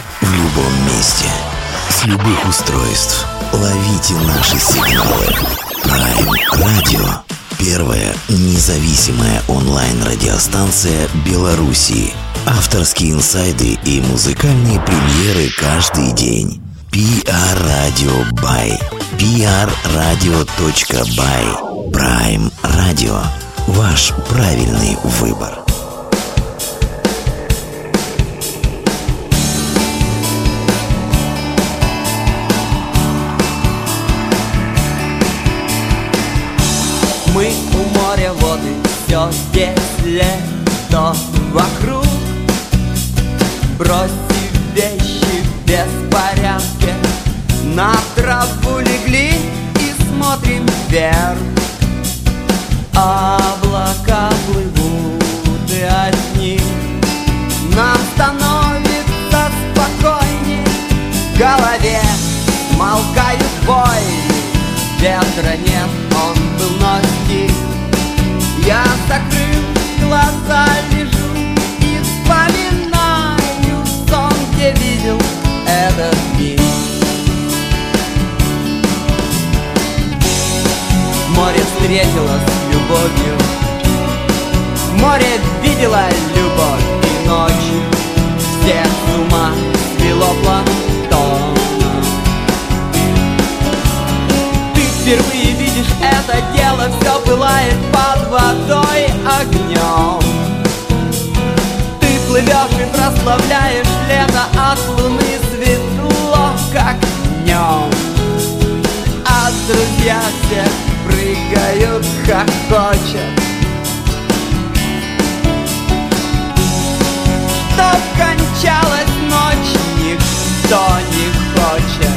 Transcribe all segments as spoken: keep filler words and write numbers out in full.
в любом месте, с любых устройств. Ловите наши сигналы. Prime Radio. Первая независимая онлайн-радиостанция Белоруссии. Авторские инсайды и музыкальные премьеры каждый день. пи ар Radio by. пи ар радио точка бай. Prime Radio. Ваш правильный выбор. Мы у моря воды, все здесь лето вокруг. Бросив вещи в беспорядке, на траву легли и смотрим вверх. Облака плывут, и от них нам становится спокойней. В голове смолкают бойни, ветра нет, он был, но стих. Я, закрыв глаза, лежу и вспоминаю сон, где видел этот мир. Море встретило с любовью, море видело любовь и ночь. Всех с ума свело планктоном. Ты впервые видишь это дело, все пылает под водой огнем. Ты плывешь и прославляешь лето, от луны светло, как днем. А друзья все прыгают, хохочут. Чтоб кончалась ночь, никто не хочет.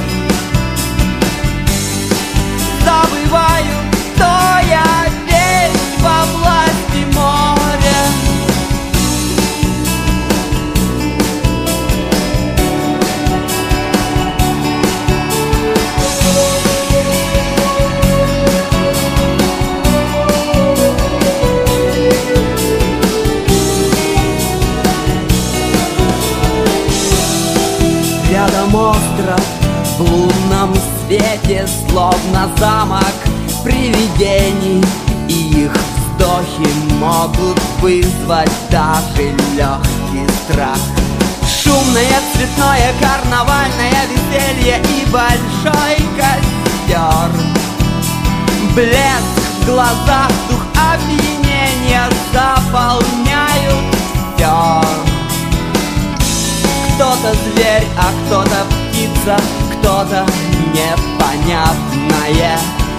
Забываю, кто я, весь во власти моря. Рядом остров в лунном свете, словно замок привидений, и их вздохи могут вызвать даже легкий страх. Шумное, цветное, карнавальное веселье и большой костер. Блеск в глазах, дух опьянения заполняют все. Кто-то зверь, а кто-то птица, кто-то непонятное,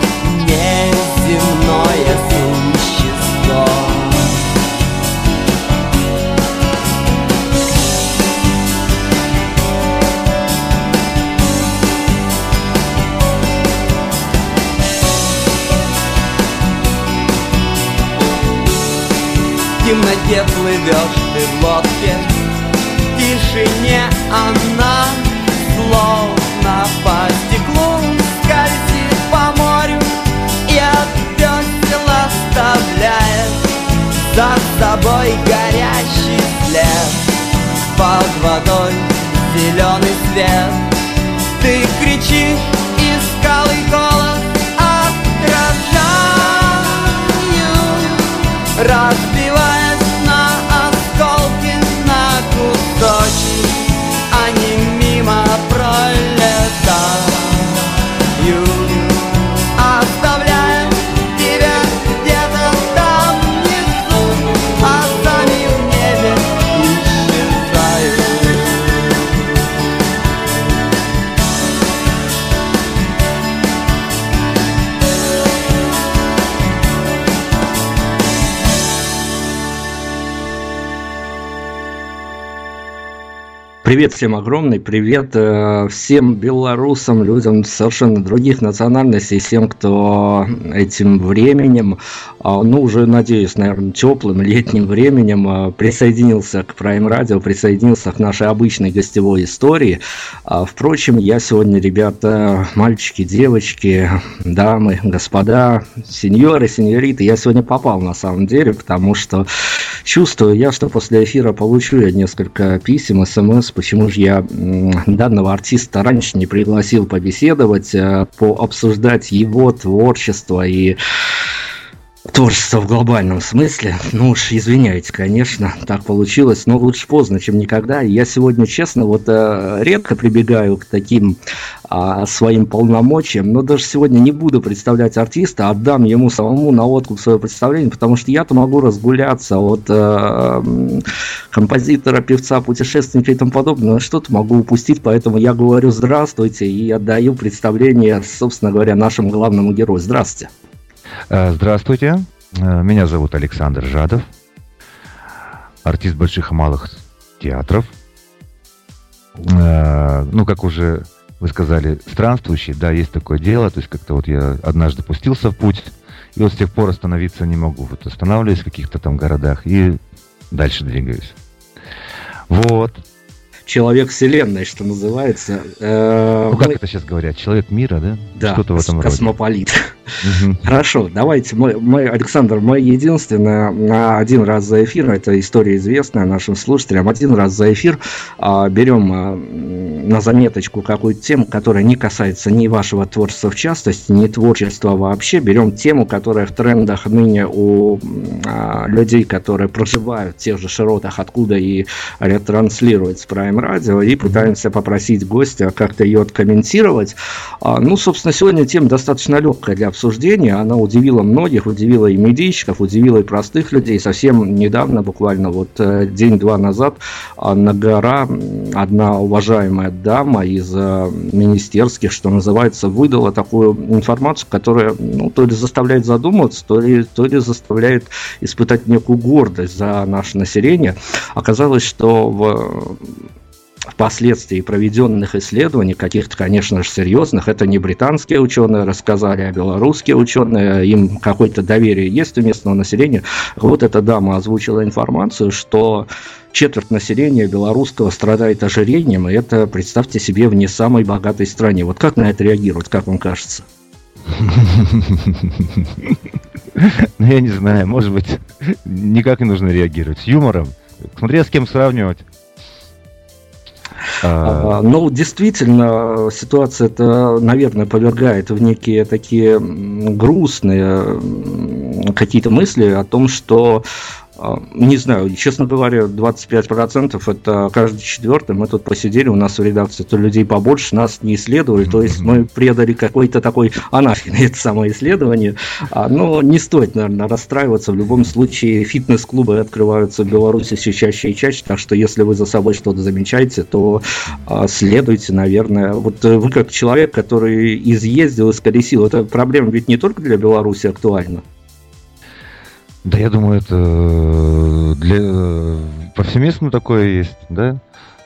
неземное существо. В темноте плывешь ты в лодке, в тишине она словно по стеклу скользит по морю и от весел оставляет за собой горящий след. Под водой зеленый свет, ты кричишь, и скалы голос отражают, разбиваясь на осколки, на кусочки. Они мимо пролетают, оставляя тебя где-то там внизу, а сами в небе исчезают. Привет всем, огромный привет э, всем белорусам, людям совершенно других национальностей, всем, кто этим временем, э, ну уже, надеюсь, наверное, теплым летним временем э, присоединился к Prime Radio, присоединился к нашей обычной гостевой истории. Э, впрочем, я сегодня, ребята, мальчики, девочки, дамы, господа, сеньоры, сеньориты, я сегодня попал на самом деле, потому что чувствую я, что после эфира получу я несколько писем, смс почему же я данного артиста раньше не пригласил побеседовать, пообсуждать его творчество и творчество в глобальном смысле. Ну уж извиняйте, конечно, так получилось, но лучше поздно, чем никогда. Я сегодня, честно, вот редко прибегаю к таким а, своим полномочиям, но даже сегодня не буду представлять артиста, отдам ему самому на откуп свое представление, потому что я-то могу разгуляться от а, композитора, певца, путешественника и тому подобное, но что-то могу упустить, поэтому я говорю здравствуйте и отдаю представление, собственно говоря, нашему главному герою. Здравствуйте. Здравствуйте, меня зовут Александр Жадов, артист больших и малых театров. Ну, как уже вы сказали, странствующий, да, есть такое дело, то есть как-то вот я однажды пустился в путь, и вот с тех пор остановиться не могу. Вот останавливаюсь в каких-то там городах и дальше двигаюсь. Вот. Человек вселенной, что называется. Ну, как мы... это сейчас говорят? Человек мира, да? Да, что-то в этом космополит. Угу. Хорошо, давайте. Мы, мы, Александр, мы единственное, на один раз за эфир, это история известная нашим слушателям, один раз за эфир а, берем а, на заметочку какую-то тему, которая не касается ни вашего творчества в частности, ни творчества вообще. Берем тему, которая в трендах ныне у а, людей, которые проживают в тех же широтах, откуда и ретранслируют с Prime радио, и пытаемся попросить гостя как-то ее откомментировать. А, ну, собственно, сегодня тема достаточно легкая для обсуждения. Она удивила многих, удивила и медийщиков, удивила и простых людей. Совсем недавно, буквально вот день-два назад, на гора одна уважаемая дама из министерских, что называется, выдала такую информацию, которая, ну, то ли заставляет задуматься, то ли, то ли заставляет испытать некую гордость за наше население. Оказалось, что в впоследствии проведенных исследований, каких-то, конечно же, серьезных, это не британские ученые рассказали, а белорусские ученые, им какое-то доверие есть у местного населения. Вот эта дама озвучила информацию, что четверть населения белорусского страдает ожирением, и это, представьте себе, в не самой богатой стране. Вот как на это реагировать, как вам кажется? Ну, я не знаю, может быть, никак не нужно реагировать. С юмором. Смотря с кем сравнивать. А... Ну, действительно, ситуация-то, наверное, повергает в некие такие грустные какие-то мысли о том, что, не знаю, честно говоря, двадцать пять процентов это каждый четвертый. Мы тут посидели, у нас в редакции то людей побольше, нас не исследовали, то есть мы предали какой-то такой анафеме это самое исследование. Но не стоит, наверное, расстраиваться. В любом случае, фитнес-клубы открываются в Беларуси все чаще и чаще, так что если вы за собой что-то замечаете, то следуйте, наверное. Вот вы как человек, который изъездил, исколесил, эта проблема ведь не только для Беларуси актуальна. Да, я думаю, это для повсеместно такое есть, да?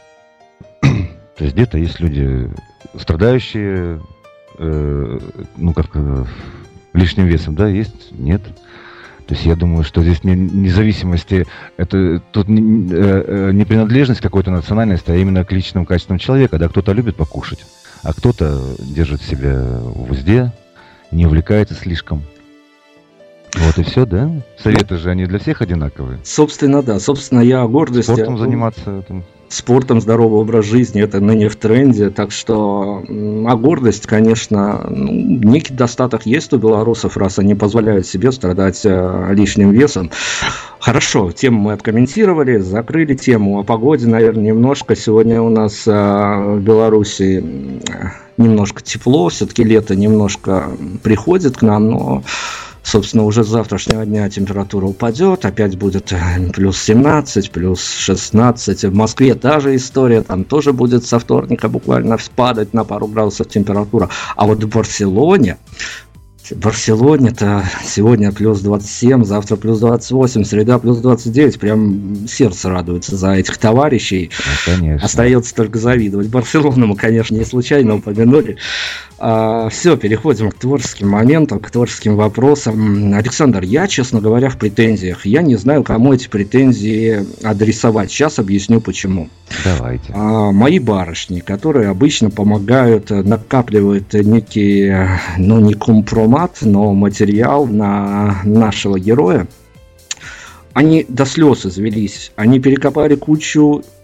То есть где-то есть люди, страдающие, э, ну, как э, лишним весом, да, есть, нет. То есть я думаю, что здесь не, независимости, это тут не, э, не принадлежность какой-то национальности, а именно к личным качествам человека, да, кто-то любит покушать, а кто-то держит себя в узде, не увлекается слишком. Вот и все, да? Советы же, они для всех одинаковые. Собственно, да. Собственно, я о гордости... Спортом заниматься. Там. Спортом, здоровый образ жизни, это ныне в тренде. Так что, а гордость, конечно, ну, некий достаток есть у белорусов, раз они позволяют себе страдать а, лишним весом. Хорошо, тему мы откомментировали, закрыли тему. О погоде, наверное, немножко. Сегодня у нас а, в Беларуси немножко тепло, все-таки лето немножко приходит к нам, но... Собственно, уже с завтрашнего дня температура упадет, опять будет плюс семнадцать, плюс шестнадцать. В Москве та же история, там тоже будет со вторника буквально спадать на пару градусов температура. А вот в Барселоне... В Барселоне-то сегодня плюс двадцать семь, завтра плюс двадцать восемь, среда плюс двадцать девять. Прям сердце радуется за этих товарищей. Ну, остается только завидовать. Барселону мы, конечно, не случайно упомянули. А, все, переходим к творческим моментам, к творческим вопросам. Александр, я, честно говоря, в претензиях. Я не знаю, кому эти претензии адресовать. Сейчас объясню, почему. Давайте. А, мои барышни, которые обычно помогают, накапливают некий, ну, не компромат, но материал на нашего героя, они до слез извелись. Они перекопали кучу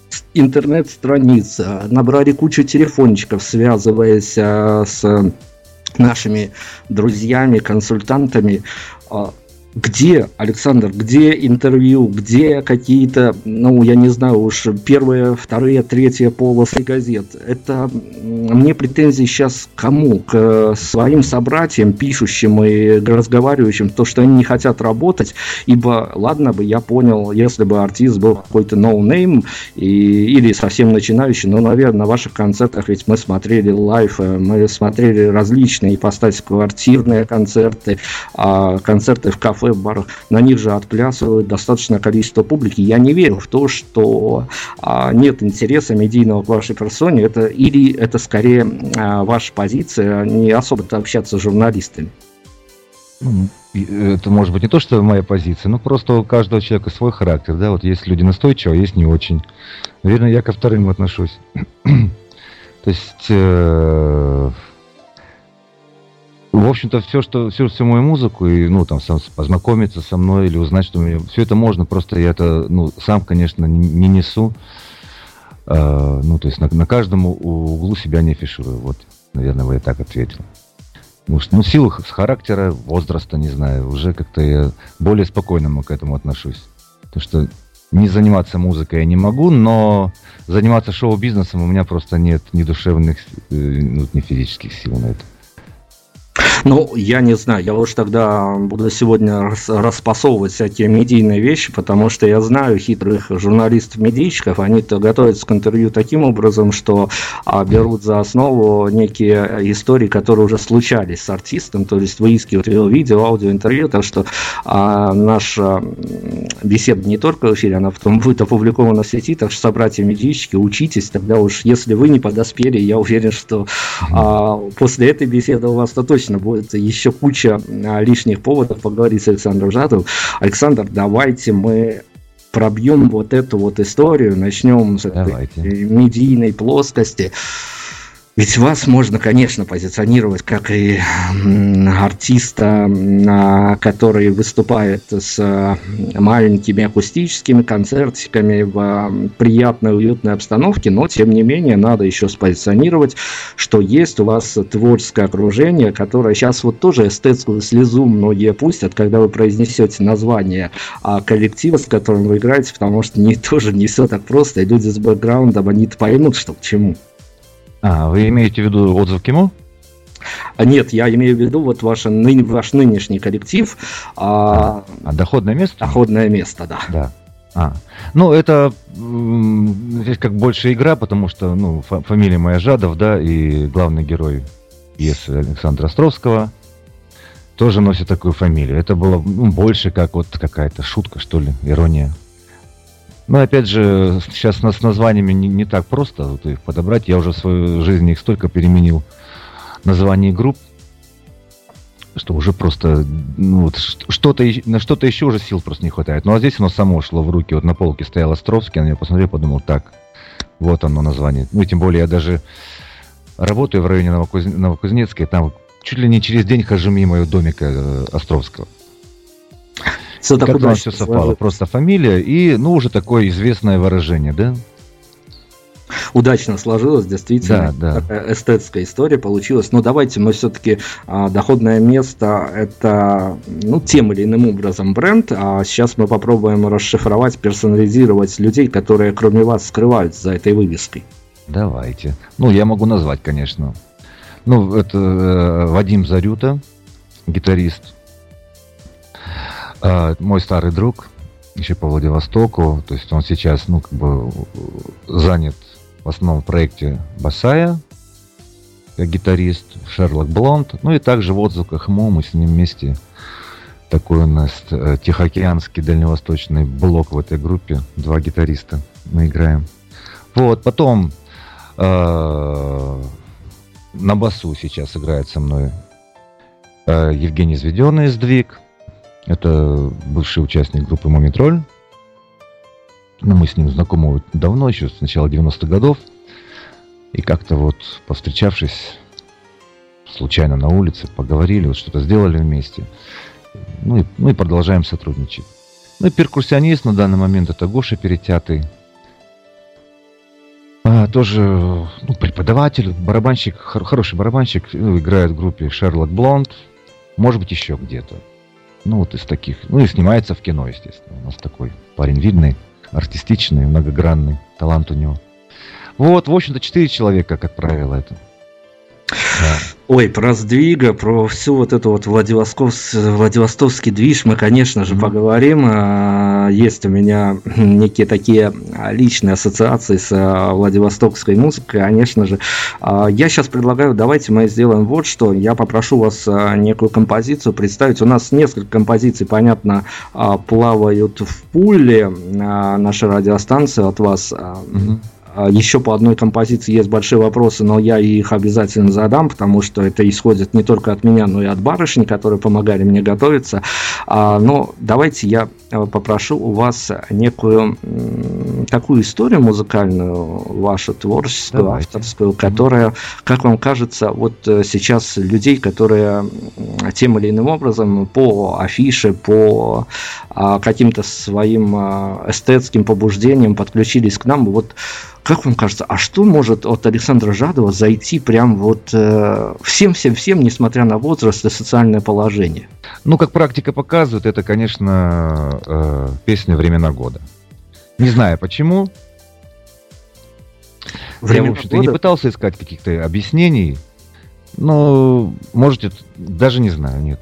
интернет-страниц, набрали кучу телефончиков, связываясь с нашими друзьями, консультантами. Где, Александр, где интервью, где какие-то, ну, я не знаю уж, первые, вторые, третьи полосы газет? Это мне претензии сейчас к кому? К своим собратьям, пишущим и разговаривающим, то, что они не хотят работать, ибо, ладно бы, я понял, если бы артист был какой-то ноунейм и, или совсем начинающий, но, наверное, на ваших концертах ведь мы смотрели лайв, мы смотрели различные ипостаси, квартирные концерты, концерты в кафе, в барах, на них же отплясывают достаточное количество публики. Я не верю в то, что а, нет интереса медийного к вашей персоне. Это, или это скорее а, ваша позиция, не особо-то общаться с журналистами. Это может быть не то, что моя позиция, но просто у каждого человека свой характер. Да? Вот есть люди настойчивые, а есть не очень. Наверное, я ко вторым отношусь. То есть... Э- В общем-то, все, что, всю, всю мою музыку, и, ну, там, сам, познакомиться со мной или узнать, что у меня... Все это можно, просто я это, ну, сам, конечно, не, не несу. А, ну, то есть на, на каждом углу себя не афиширую. Вот, наверное, я так ответил. Может, ну, силу характера, возраста, не знаю, уже как-то я более спокойно к этому отношусь. Потому что не заниматься музыкой я не могу, но заниматься шоу-бизнесом у меня просто нет ни душевных, ну, ни физических сил на это. Ну, я не знаю, я уж тогда буду сегодня рас, распасовывать всякие медийные вещи, потому что я знаю хитрых журналистов-медийщиков, они-то готовятся к интервью таким образом, что а, берут за основу некие истории, которые уже случались с артистом, то есть выискивают его видео, аудиоинтервью, так что а, наша беседа не только в эфире, она потом будет опубликована в сети, так что, собратья-медийщики, учитесь, тогда уж, если вы не подоспели, я уверен, что а, после этой беседы у вас-то точно будет еще куча а, лишних поводов поговорить с Александром Жатовым. Александр, давайте мы пробьем вот эту вот историю, начнем с этой медийной плоскости. Ведь вас можно, конечно, позиционировать как и артиста, который выступает с маленькими акустическими концертиками в приятной, уютной обстановке, но, тем не менее, надо еще спозиционировать, что есть у вас творческое окружение, которое сейчас вот тоже эстетскую слезу многие пустят, когда вы произнесете название коллектива, с которым вы играете, потому что не, тоже не все так просто, и люди с бэкграундом, они поймут, что к чему. А, вы имеете в виду отзыв КИМО? Нет, я имею в виду вот ваш, ны, ваш нынешний коллектив. А, а доходное место? Доходное место, да. Да. А, ну, это здесь как больше игра, потому что, ну, фа- фамилия моя Жадов, да, и главный герой пьесы Александра Островского тоже носит такую фамилию. Это было, ну, больше как вот какая-то шутка, что ли, ирония. Но, опять же, сейчас с названиями не, не так просто вот их подобрать. Я уже в своей жизни их столько переменил названий групп, что уже просто, ну, вот, что-то, на что-то еще уже сил просто не хватает. Ну, а здесь оно само шло в руки. Вот на полке стоял Островский, я на него посмотрел, подумал, так, вот оно название. Ну, и тем более я даже работаю в районе Новокуз... Новокузнецкой, там чуть ли не через день хожу мимо домика Островского. Все как у все совпало, сложилось. Просто фамилия и, ну, уже такое известное выражение, да? Удачно сложилось, действительно, да, да. Такая эстетская история получилась. Но давайте мы все-таки а, доходное место — это, ну, тем или иным образом бренд, а сейчас мы попробуем расшифровать, персонализировать людей, которые кроме вас скрываются за этой вывеской. Давайте. Ну, я могу назвать, конечно. Ну, это э, Вадим Зарюта, гитарист. Мой старый друг, еще по Владивостоку, то есть он сейчас, ну, как бы занят в основном в проекте Басая, как гитарист, Шерлок Блонд, ну и также в отзвуках МО мы с ним вместе, такой у нас тихоокеанский дальневосточный блок в этой группе, два гитариста мы играем. Вот, потом э, на басу сейчас играет со мной э, Евгений Зведенный, Сдвиг. Это бывший участник группы «Мумитроль». Ну, мы с ним знакомы давно, еще с начала девяностых годов. И как-то вот, повстречавшись случайно на улице, поговорили, вот что-то сделали вместе. Ну и, ну и продолжаем сотрудничать. Ну и перкуссионист на данный момент — это Гоша Перетятый. А, тоже ну, преподаватель, барабанщик, хор- хороший барабанщик, ну, играет в группе Шерлок Блонд, может быть, еще где-то. Ну, вот из таких. Ну, и снимается в кино, естественно. У нас такой парень видный, артистичный, многогранный, талант у него. Вот, в общем-то, четыре человека, как правило, это. Да. Ой, про сдвига, про всю вот эту вот Владивостовс... Владивостовский движ мы, конечно же, mm-hmm. поговорим. Есть у меня некие такие личные ассоциации с владивостокской музыкой, конечно же. Я сейчас предлагаю, давайте мы сделаем вот что. Я попрошу вас некую композицию представить. У нас несколько композиций, понятно, плавают в пуле нашей радиостанции от вас. Mm-hmm. Еще по одной композиции есть большие вопросы, но я их обязательно задам, потому что это исходит не только от меня, но и от барышни, которые помогали мне готовиться. Но давайте я попрошу у вас некую такую историю музыкальную, вашу творческую, давайте. Авторскую, которая, как вам кажется, вот сейчас людей, которые тем или иным образом по афише, по каким-то своим эстетским побуждениям подключились к нам, вот как вам кажется, а что может от Александра Жадова зайти прям вот всем-всем-всем, несмотря на возраст и социальное положение? Ну, как практика показывает, это, конечно, э, песня «Времена года». Не знаю почему. Времена Я, в общем-то, года? не пытался искать каких-то объяснений, но, можете, даже не знаю, нет.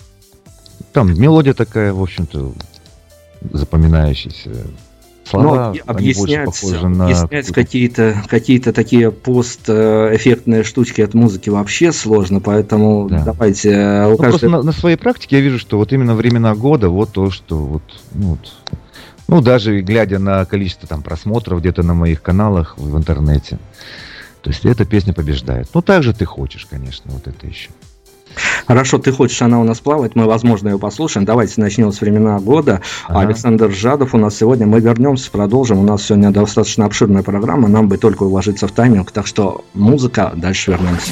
Там мелодия такая, в общем-то, запоминающаяся. Слова, но объяснять, объяснять на... какие-то, какие-то такие постэффектные штучки от музыки вообще сложно, поэтому да. давайте... Ну, каждой... Просто на, на своей практике я вижу, что вот именно времена года, вот то, что вот, ну, вот, ну даже глядя на количество там просмотров где-то на моих каналах в интернете, то есть эта песня побеждает. Ну так же ты хочешь, конечно, вот это еще. Хорошо, ты хочешь, она у нас плавает, мы, возможно, ее послушаем. Давайте начнем с «Времена года». Ага. Александр Жадов у нас сегодня. Мы вернемся, продолжим. У нас сегодня достаточно обширная программа, нам бы только уложиться в тайминг. Так что музыка, дальше вернемся.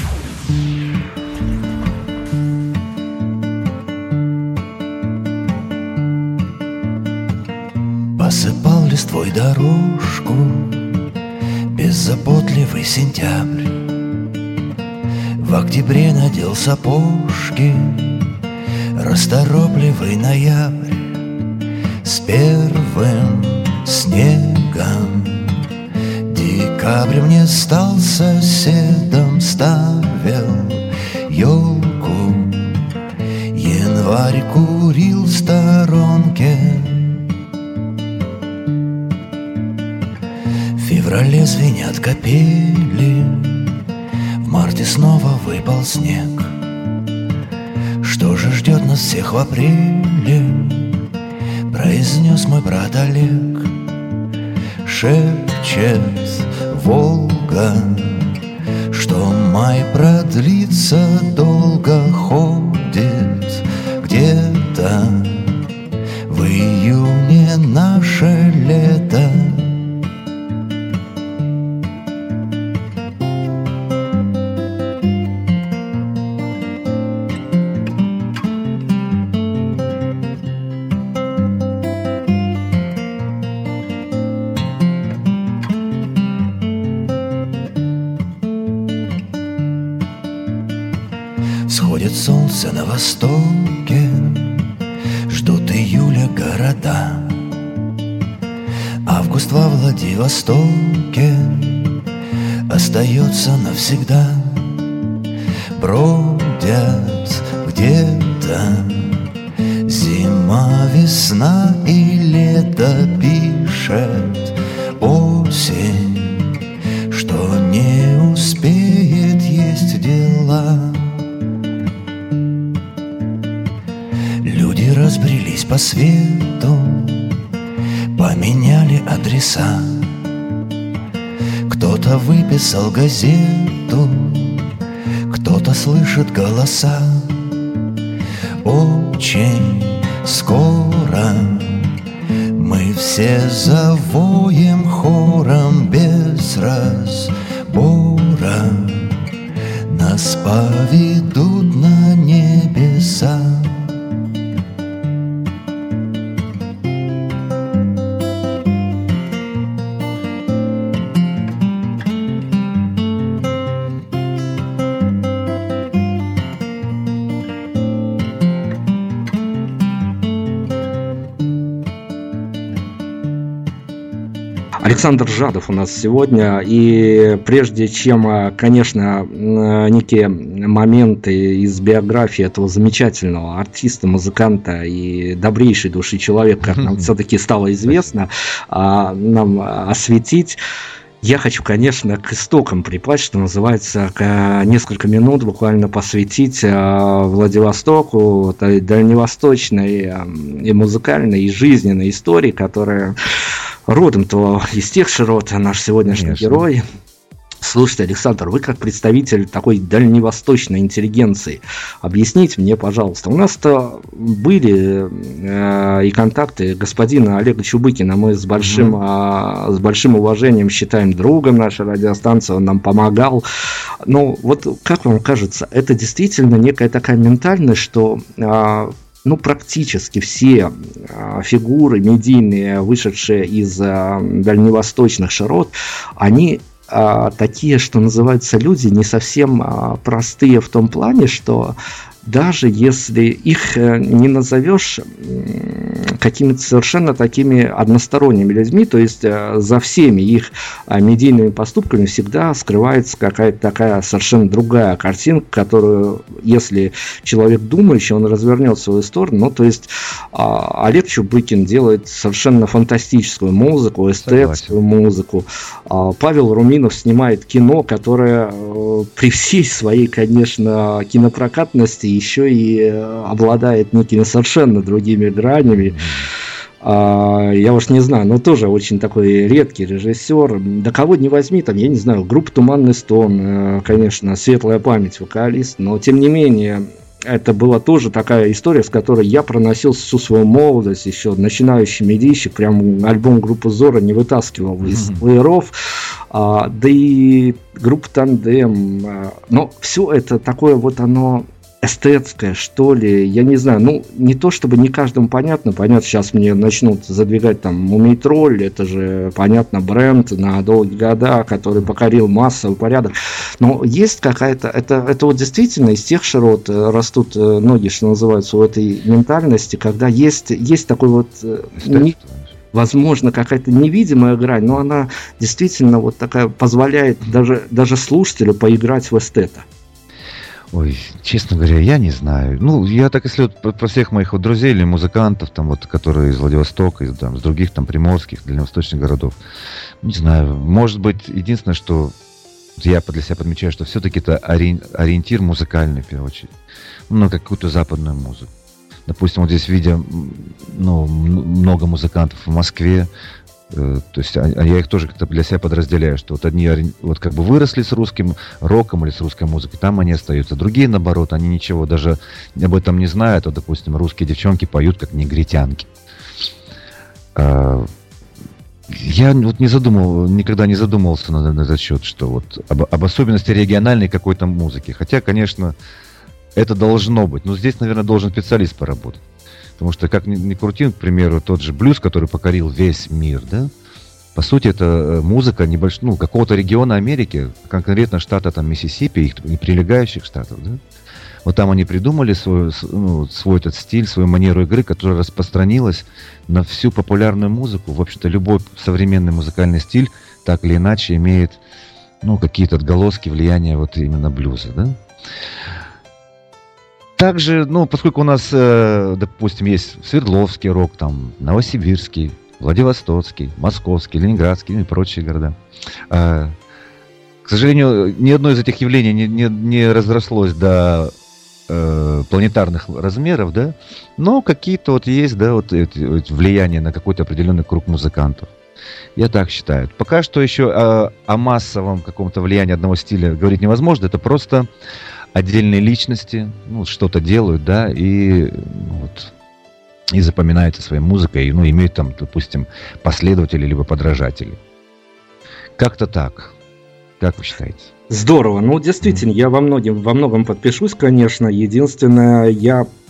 Посыпал листвой дорожку беззаботливый сентябрь. В октябре надел сапожки расторопливый ноябрь. С первым снегом декабрь мне стал соседом, ставил елку. Январь курил в сторонке. В феврале звенят капели, в марте снова выпал снег. Что же ждет нас всех в апреле? Произнес мой брат Олег. Шепчет Волга, что май продлится долго. Ходит где-то в июне наше лето. Всходит солнце на востоке, ждут июля города. Август во Владивостоке остается навсегда. Бродят где-то зима, весна и лето. Пишет осень, что не успеет, есть дела. Люди разбрелись по свету, поменяли адреса. Кто-то выписал газету, кто-то слышит голоса. Очень скоро мы все завоем хором без разбора. Нас поведут на небеса. Александр Жадов у нас сегодня, и прежде чем, конечно, некие моменты из биографии этого замечательного артиста, музыканта и добрейшей души человека, как нам все-таки стало известно, нам осветить, я хочу, конечно, к истокам припасть, что называется, несколько минут буквально посвятить Владивостоку, дальневосточной и музыкальной, и жизненной истории, которая родом-то из тех широт, наш сегодняшний Конечно. Герой. Слушайте, Александр, вы как представитель такой дальневосточной интеллигенции, объясните мне, пожалуйста, у нас-то были э, и контакты господина Олега Чубыкина, мы с большим, mm-hmm. э, с большим уважением считаем другом нашей радиостанции, он нам помогал, но вот как вам кажется, это действительно некая такая ментальность, что... Э, Ну, практически все а, фигуры медийные, вышедшие из а, дальневосточных широт, они а, такие, что называются, люди не совсем а, простые в том плане, что даже если их не назовешь какими-то совершенно такими односторонними людьми, то есть за всеми их медийными поступками всегда скрывается какая-то такая совершенно другая картинка, которую, если человек думающий, он развернет в свою сторону. Ну, то есть Олег Чубыкин делает совершенно фантастическую музыку, эстетскую музыку. Павел Руминов снимает кино, которое при всей своей, конечно, кинопрокатности еще и обладает некими совершенно другими гранями. Я уж не знаю, но тоже очень такой редкий режиссер. Да кого не возьми, там, я не знаю, группа «Туманный стон», конечно, светлая память, вокалист, но тем не менее, это была тоже такая история, с которой я проносил всю свою молодость, еще начинающий медийщик, прям альбом группы «Зорро» не вытаскивал mm-hmm. из плееров, а, да и группа «Тандем», а, но все это такое вот оно... эстетское, что ли, я не знаю, ну, не то чтобы не каждому понятно, понятно, сейчас мне начнут задвигать там Мумий Тролль, это же, понятно, бренд на долгие года, который покорил массовый порядок, но есть какая-то, это, это вот действительно из тех широт растут ноги, что называется, у этой ментальности, когда есть, есть такой вот... Не, возможно, какая-то невидимая грань, но она действительно вот такая позволяет даже, даже слушателю поиграть в эстета. Ой, честно говоря, я не знаю. Ну, я так, если вот про всех моих вот друзей или музыкантов, там вот, которые из Владивостока, из, там, с других там приморских, дальневосточных городов, не знаю, может быть, единственное, что я для себя подмечаю, что все-таки это ориентир музыкальный, в первую очередь, ну, на какую-то западную музыку. Допустим, вот здесь, видя, ну, много музыкантов в Москве, то есть а я их тоже как-то для себя подразделяю, что вот одни вот как бы выросли с русским роком или с русской музыкой, там они остаются. Другие, наоборот, они ничего даже об этом не знают. Вот, допустим, русские девчонки поют как негритянки. Я вот не задумывал, никогда не задумывался на, на этот счет, что вот об, об особенности региональной какой-то музыки. Хотя, конечно, это должно быть. Но здесь, наверное, должен специалист поработать. Потому что, как ни, ни крути, к примеру, тот же блюз, который покорил весь мир, да, по сути, это музыка небольш... ну, какого-то региона Америки, конкретно штата там Миссисипи, их прилегающих штатов, да. Вот там они придумали свой, ну, свой этот стиль, свою манеру игры, которая распространилась на всю популярную музыку. В общем-то, любой современный музыкальный стиль так или иначе имеет, ну, какие-то отголоски влияния вот именно блюза, да. Также, ну, поскольку у нас, э, допустим, есть Свердловский рок, там, Новосибирский, Владивостокский, Московский, Ленинградский, ну и прочие города. Э, к сожалению, ни одно из этих явлений не, не, не разрослось до э, планетарных размеров, да, но какие-то вот есть, да, вот эти, вот влияние на какой-то определенный круг музыкантов. Я так считаю. Пока что еще о, о массовом каком-то влиянии одного стиля говорить невозможно, это просто... отдельные личности, ну, что-то делают, да, и, вот, и запоминаются своей музыкой, ну, имеют там, допустим, последователей либо подражателей. Как-то так. Как вы считаете? Здорово. Ну, действительно, mm-hmm. я во многом, во многом подпишусь, конечно. Единственное, я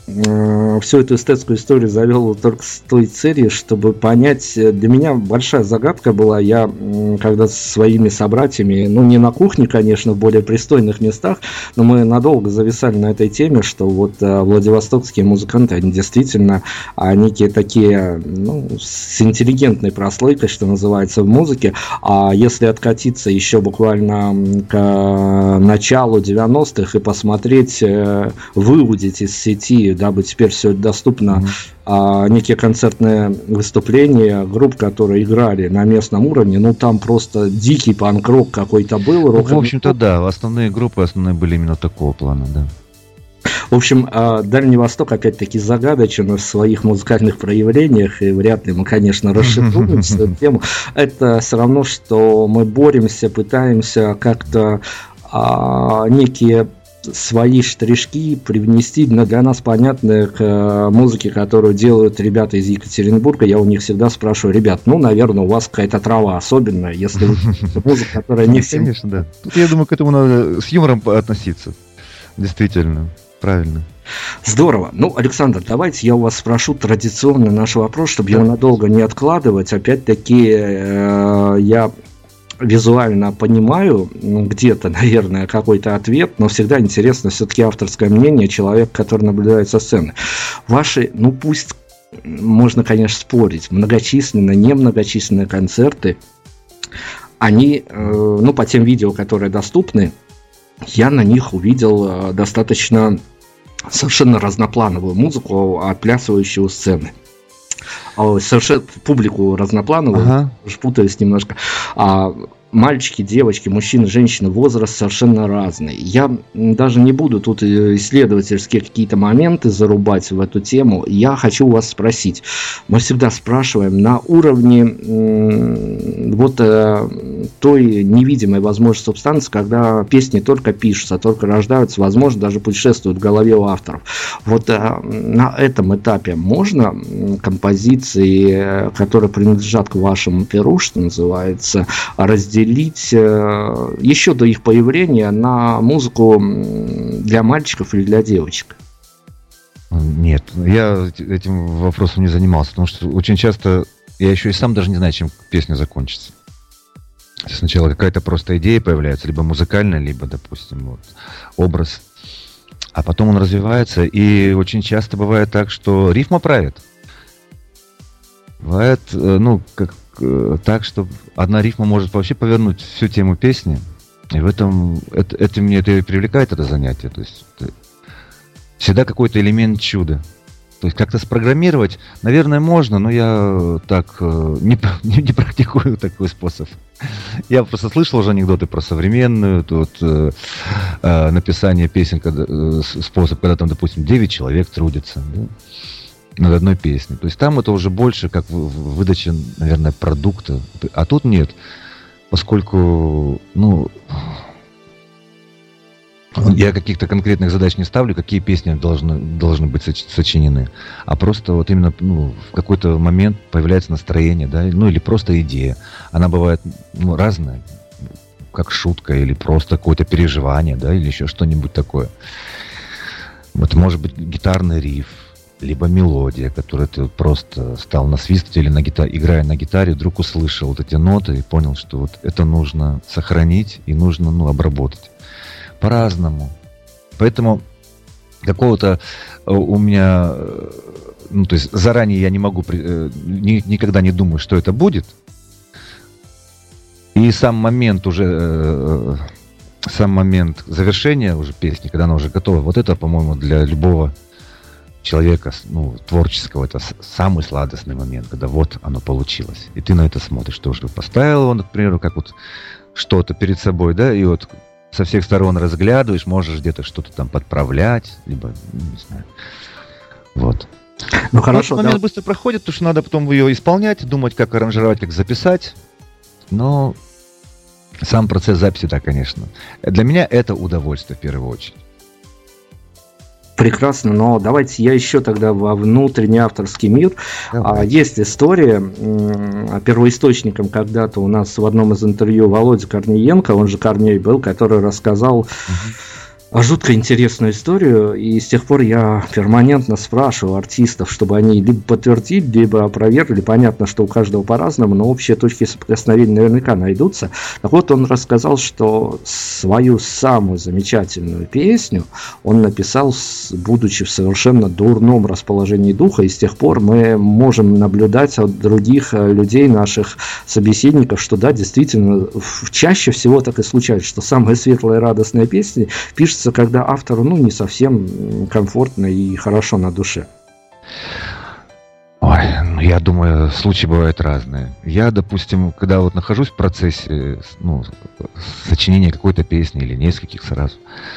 всю эту эстетскую историю завел только с той целью, чтобы понять, для меня большая загадка была, я когда со своими собратьями, ну не на кухне, конечно, в более пристойных местах, но мы надолго зависали на этой теме, что вот владивостокские музыканты, они действительно некие такие, ну, с интеллигентной прослойкой, что называется, в музыке, а если откатиться еще буквально к началу девяностых и посмотреть, выудить из сети, дабы теперь все это доступно, mm-hmm. а, некие концертные выступления групп, которые играли на местном уровне, ну там просто дикий панк-рок какой-то был. Ну, в общем-то, да, основные группы основные были именно такого плана, да. В общем, Дальний Восток опять-таки загадочен в своих музыкальных проявлениях, и вряд ли мы, конечно, расшифруем всю эту тему. Это все равно, что мы боремся, пытаемся как-то а, некие свои штришки привнести для нас понятные к музыке, которую делают ребята из Екатеринбурга. Я у них всегда спрашиваю: ребят, ну, наверное, у вас какая-то трава особенная, если музыка, которая не всем... Конечно, да. Тут, я думаю, к этому надо с юмором относиться. Действительно, правильно. Здорово. Ну, Александр, давайте я у вас спрошу традиционный наш вопрос, чтобы его надолго не откладывать. Опять-таки, э, я... визуально понимаю, ну, где-то, наверное, какой-то ответ, но всегда интересно все-таки авторское мнение человека, который наблюдает со сцены. Ваши, ну пусть, можно, конечно, спорить, многочисленные, немногочисленные концерты, они, э, ну, по тем видео, которые доступны, я на них увидел э, достаточно совершенно разноплановую музыку, отплясывающую сцены. Совершенно публику разноплановую, ага. Путаюсь немножко. А мальчики, девочки, мужчины, женщины, возраст совершенно разный. Я даже не буду тут исследовательские какие-то моменты зарубать в эту тему. Я хочу у вас спросить. Мы всегда спрашиваем на уровне м- вот э, той невидимой, возможно, субстанции, когда песни только пишутся, только рождаются, возможно, даже путешествуют в голове у авторов. Вот э, на этом этапе можно композиции, которые принадлежат к вашему перу, что называется, разделить еще до их появления на музыку для мальчиков или для девочек? Нет, я этим вопросом не занимался, потому что очень часто я еще и сам даже не знаю, чем песня закончится. Сначала какая-то просто идея появляется, либо музыкальная, либо, допустим, вот, образ, а потом он развивается, и очень часто бывает так, что рифма правит. Бывает, ну, как так, что одна рифма может вообще повернуть всю тему песни, и в этом это, это мне это и привлекает, это занятие. То есть это всегда какой-то элемент чуда. То есть как-то спрограммировать, наверное, можно, но я так не, не, не практикую такой способ. Я просто слышал уже анекдоты про современную тут, э, э, написание песен, когда, э, способ, когда там, допустим, девять человек трудятся, да, над одной песней. То есть там это уже больше как выдача, наверное, продукта. А тут нет. Поскольку, ну, я каких-то конкретных задач не ставлю, какие песни должны, должны быть сочинены. А просто вот именно, ну, в какой-то момент появляется настроение, да, ну или просто идея. Она бывает, ну, разная, как шутка или просто какое-то переживание, да, или еще что-нибудь такое. Это может быть гитарный риф, либо мелодия, которую ты просто стал насвистывать или на гитаре, играя на гитаре, вдруг услышал вот эти ноты и понял, что вот это нужно сохранить и нужно, ну, обработать. По-разному. Поэтому какого-то у меня, ну, то есть заранее я не могу, ни, никогда не думаю, что это будет. И сам момент уже, сам момент завершения уже песни, когда она уже готова, вот это, по-моему, для любого человека, ну, творческого, это самый сладостный момент, когда вот оно получилось. И ты на это смотришь, что уже поставил он, например, как вот что-то перед собой, да, и вот со всех сторон разглядываешь, можешь где-то что-то там подправлять, либо, не знаю, вот. Ну, хорошо, момент да. Быстро проходит, потому что надо потом ее исполнять, думать, как аранжировать, как записать, но сам процесс записи, да, конечно. Для меня это удовольствие в первую очередь. Прекрасно, но давайте я еще тогда во внутренний авторский мир. А, есть история, первоисточником когда-то у нас в одном из интервью Володя Корниенко, он же Корней был, который рассказал, угу. жутко интересную историю, и с тех пор я перманентно спрашиваю артистов, чтобы они либо подтвердили, либо опровергли. Понятно, что у каждого по-разному, но общие точки соприкосновения наверняка найдутся. Так вот, он рассказал, что свою самую замечательную песню он написал, будучи в совершенно дурном расположении духа, и с тех пор мы можем наблюдать от других людей, наших собеседников, что да, действительно, чаще всего так и случается, что самые светлые и радостные песни пишутся, когда автору, ну, не совсем комфортно и хорошо на душе. Ой, ну, я думаю, случаи бывают разные. Я, допустим, когда вот нахожусь в процессе, ну, сочинения какой-то песни или нескольких сразу,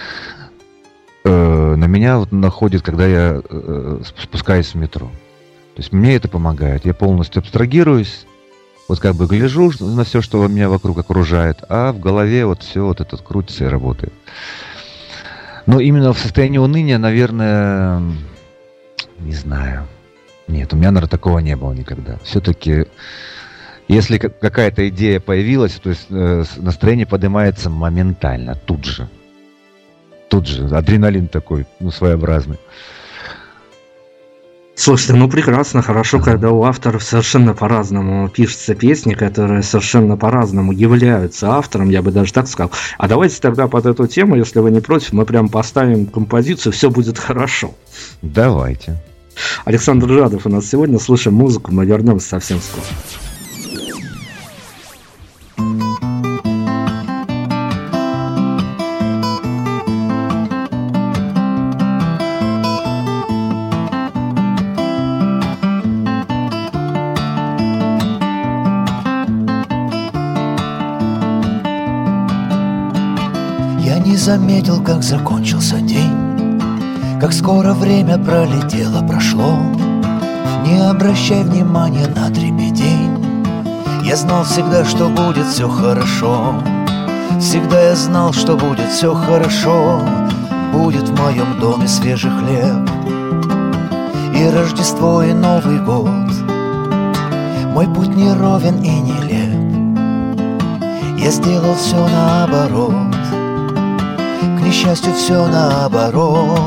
э, на меня вот находит, когда я э, спускаюсь в метро. То есть мне это помогает. Я полностью абстрагируюсь, вот как бы гляжу на все, что меня вокруг окружает, а в голове вот все вот это крутится и работает. Но именно в состоянии уныния, наверное, не знаю. Нет, у меня, наверное, такого не было никогда. Все-таки, если какая-то идея появилась, то есть э, настроение поднимается моментально, тут же. Тут же. Адреналин такой, ну, своеобразный. Слушайте, ну прекрасно, хорошо, когда у авторов совершенно по-разному пишутся песни, которые совершенно по-разному являются автором, я бы даже так сказал. А давайте тогда под эту тему, если вы не против, мы прям поставим композицию «Все будет хорошо». Давайте. Александр Жадов у нас сегодня, слушаем музыку, мы вернемся совсем скоро. Не заметил, как закончился день, как скоро время пролетело, прошло. Не обращай внимания на дребедень. Я знал всегда, что будет все хорошо. Всегда я знал, что будет все хорошо. Будет в моем доме свежий хлеб и Рождество, и Новый год. Мой путь не ровен и нелеп. Я сделал все наоборот. К несчастью, все наоборот.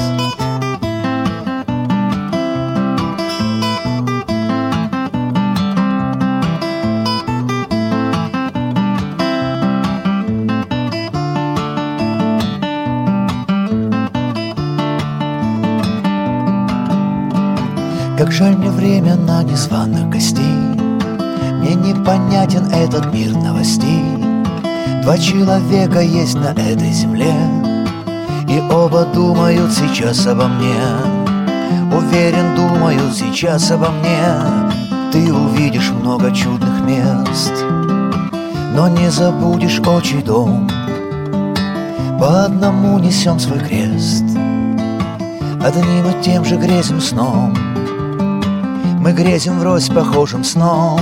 Как жаль мне время на незваных гостей. Мне непонятен этот мир новостей. Два человека есть на этой земле, и оба думают сейчас обо мне. Уверен, думают сейчас обо мне. Ты увидишь много чудных мест, но не забудешь отчий дом. По одному несем свой крест, одним и тем же грезим сном. Мы грезим врозь похожим сном.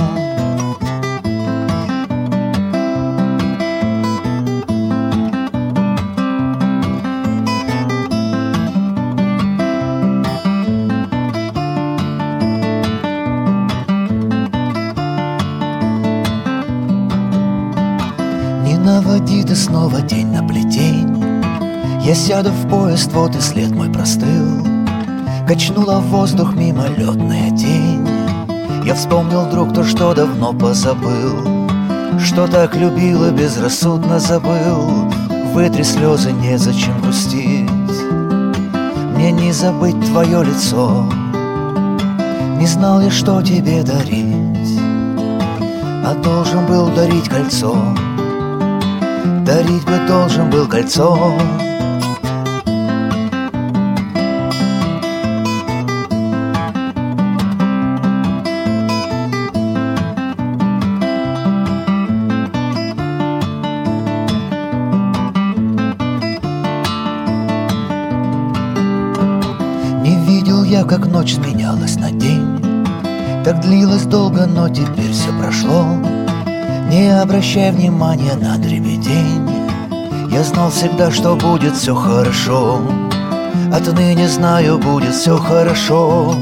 Наводи ты снова день на плетень. Я сяду в поезд, вот и след мой простыл. Качнула в воздух мимолетная тень. Я вспомнил вдруг то, что давно позабыл, что так любил и безрассудно забыл. Вытри слезы, незачем грустить. Мне не забыть твое лицо. Не знал я, что тебе дарить, а должен был дарить кольцо. Дарить бы должен был кольцо. Не видел я, как ночь сменялась на день. Так длилось долго, но теперь все прошло. Не обращай внимания на дребедень. Я знал всегда, что будет все хорошо. Отныне знаю, будет все хорошо.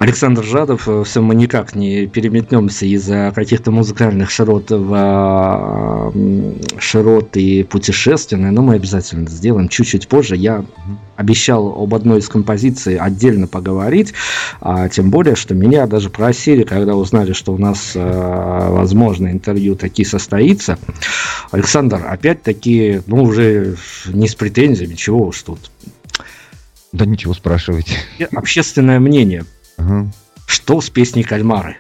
Александр Жадов, все мы никак не переметнемся из-за каких-то музыкальных широт в широт и путешественные, но мы обязательно сделаем чуть-чуть позже. Я угу. обещал об одной из композиций отдельно поговорить, а тем более, что меня даже просили, когда узнали, что у нас, возможно, интервью таки состоится. Александр, опять-таки, ну, уже не с претензиями, чего уж тут. Да ничего, спрашивайте. Общественное мнение. Угу. Что с песней «Кальмары»?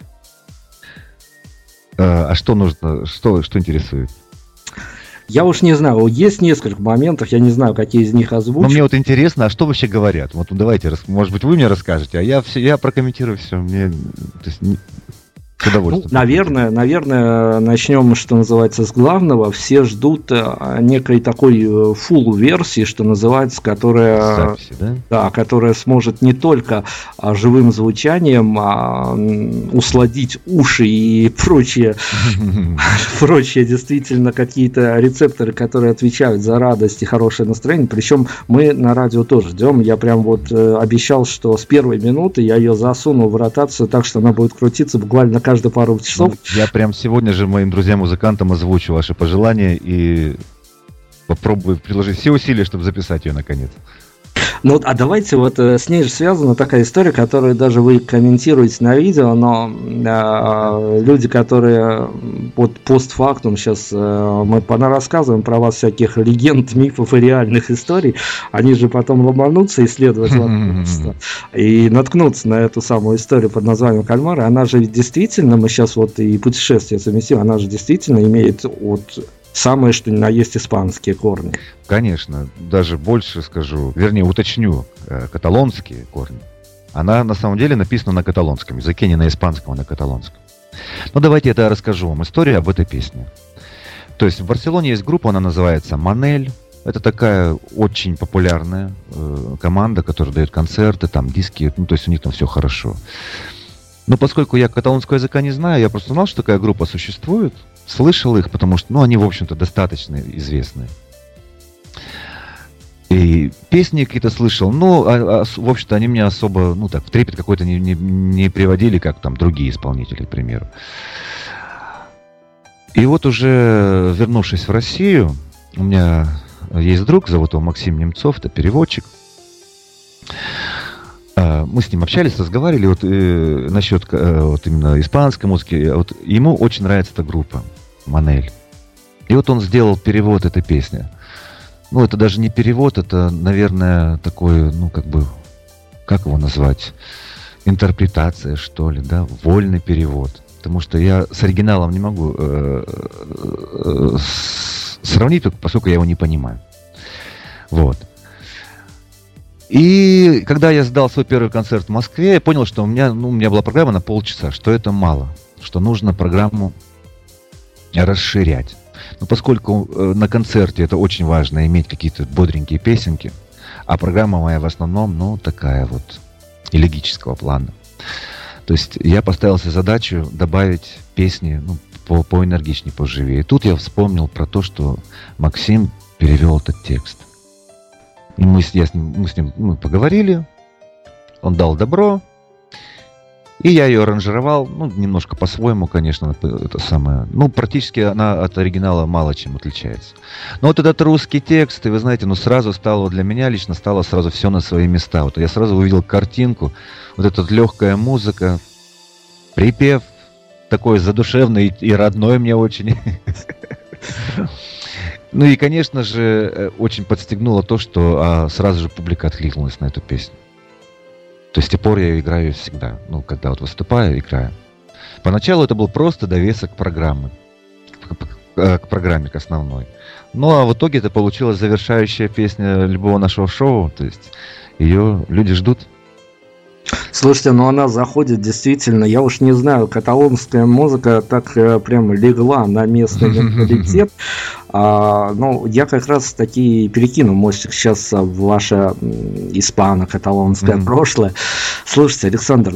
А, а что нужно, что, что интересует? Я уж не знаю, есть несколько моментов, я не знаю, какие из них озвучить. Но мне вот интересно, а что вообще говорят? Вот давайте, может быть, вы мне расскажете, а я, все, я прокомментирую все. Мне, то есть, не... Ну, наверное, наверное, начнем, что называется, с главного. Все ждут некой такой фулл-версии, что называется, которая, записи, да? Да, которая сможет не только живым звучанием а, усладить уши и прочие, прочие действительно какие-то рецепторы, которые отвечают за радость и хорошее настроение. Причем мы на радио тоже ждем. Я прям вот обещал, что с первой минуты я ее засуну в ротацию так, что она будет крутиться буквально каждый каждые пару часов. Ну, я прям сегодня же моим друзьям-музыкантам озвучу ваши пожелания и попробую приложить все усилия, чтобы записать ее наконец. Ну, а давайте вот с ней же связана такая история, которую даже вы комментируете на видео, но э, люди, которые вот постфактум сейчас э, мы рассказываем про вас всяких легенд, мифов и реальных историй, они же потом ломанутся исследовать творчество и наткнутся на эту самую историю под названием «Кальмары». Она же действительно, мы сейчас вот и путешествие совместим, она же действительно имеет вот самое, что ни на есть, испанские корни. Конечно, даже больше скажу, вернее, уточню, э, каталонские корни. Она на самом деле написана на каталонском языке, не на испанском, а на каталонском. Но давайте я расскажу вам историю об этой песне. То есть в Барселоне есть группа, она называется «Манель». Это такая очень популярная э, команда, которая дает концерты, там диски, ну то есть у них там все хорошо. Но поскольку я каталонского языка не знаю, я просто знал, что такая группа существует, слышал их, потому что, ну, они, в общем-то, достаточно известные. И песни какие-то слышал, ну, а, а, в общем-то, они меня особо, ну, так, в трепет какой-то не, не, не приводили, как там другие исполнители, к примеру. И вот уже вернувшись в Россию, у меня есть друг, зовут его Максим Немцов, это переводчик. Мы с ним общались, разговаривали вот, э, насчет э, вот именно испанской музыки. Вот, ему очень нравится эта группа «Манель». И вот он сделал перевод этой песни. Ну, это даже не перевод, это, наверное, такой, ну, как бы, как его назвать? Интерпретация, что ли, да? Вольный перевод. Потому что я с оригиналом не могу э, э, сравнить, поскольку я его не понимаю. Вот. И когда я сдал свой первый концерт в Москве, я понял, что у меня, ну, у меня была программа на полчаса, что это мало, что нужно программу расширять. Но поскольку на концерте это очень важно иметь какие-то бодренькие песенки, а программа моя в основном, ну, такая вот элегического плана. То есть я поставил себе задачу добавить песни, ну, по, поэнергичнее, поживее. И тут я вспомнил про то, что Максим перевел этот текст. И мы, я с ним, мы с ним мы поговорили, он дал добро, и я ее аранжировал, ну, немножко по-своему, конечно, это самое, ну, практически она от оригинала мало чем отличается. Но вот этот русский текст, и вы знаете, ну, сразу стало, для меня лично стало сразу все на свои места. Вот я сразу увидел картинку, вот эта легкая музыка, припев такой задушевный и родной мне очень. Ну и, конечно же, очень подстегнуло то, что а, сразу же публика откликнулась на эту песню. То есть с тех пор я играю всегда. Ну, когда вот выступаю, играю. Поначалу это был просто довесок программы. К, к программе, к основной. Ну, а в итоге это получилась завершающая песня любого нашего шоу. То есть ее люди ждут. Слушайте, ну она заходит действительно, я уж не знаю, каталонская музыка так э, прямо легла на местный менталитет. А, ну, я как раз таки перекину мостик сейчас в ваше испано-каталонское mm-hmm. прошлое. Слушайте, Александр, ну,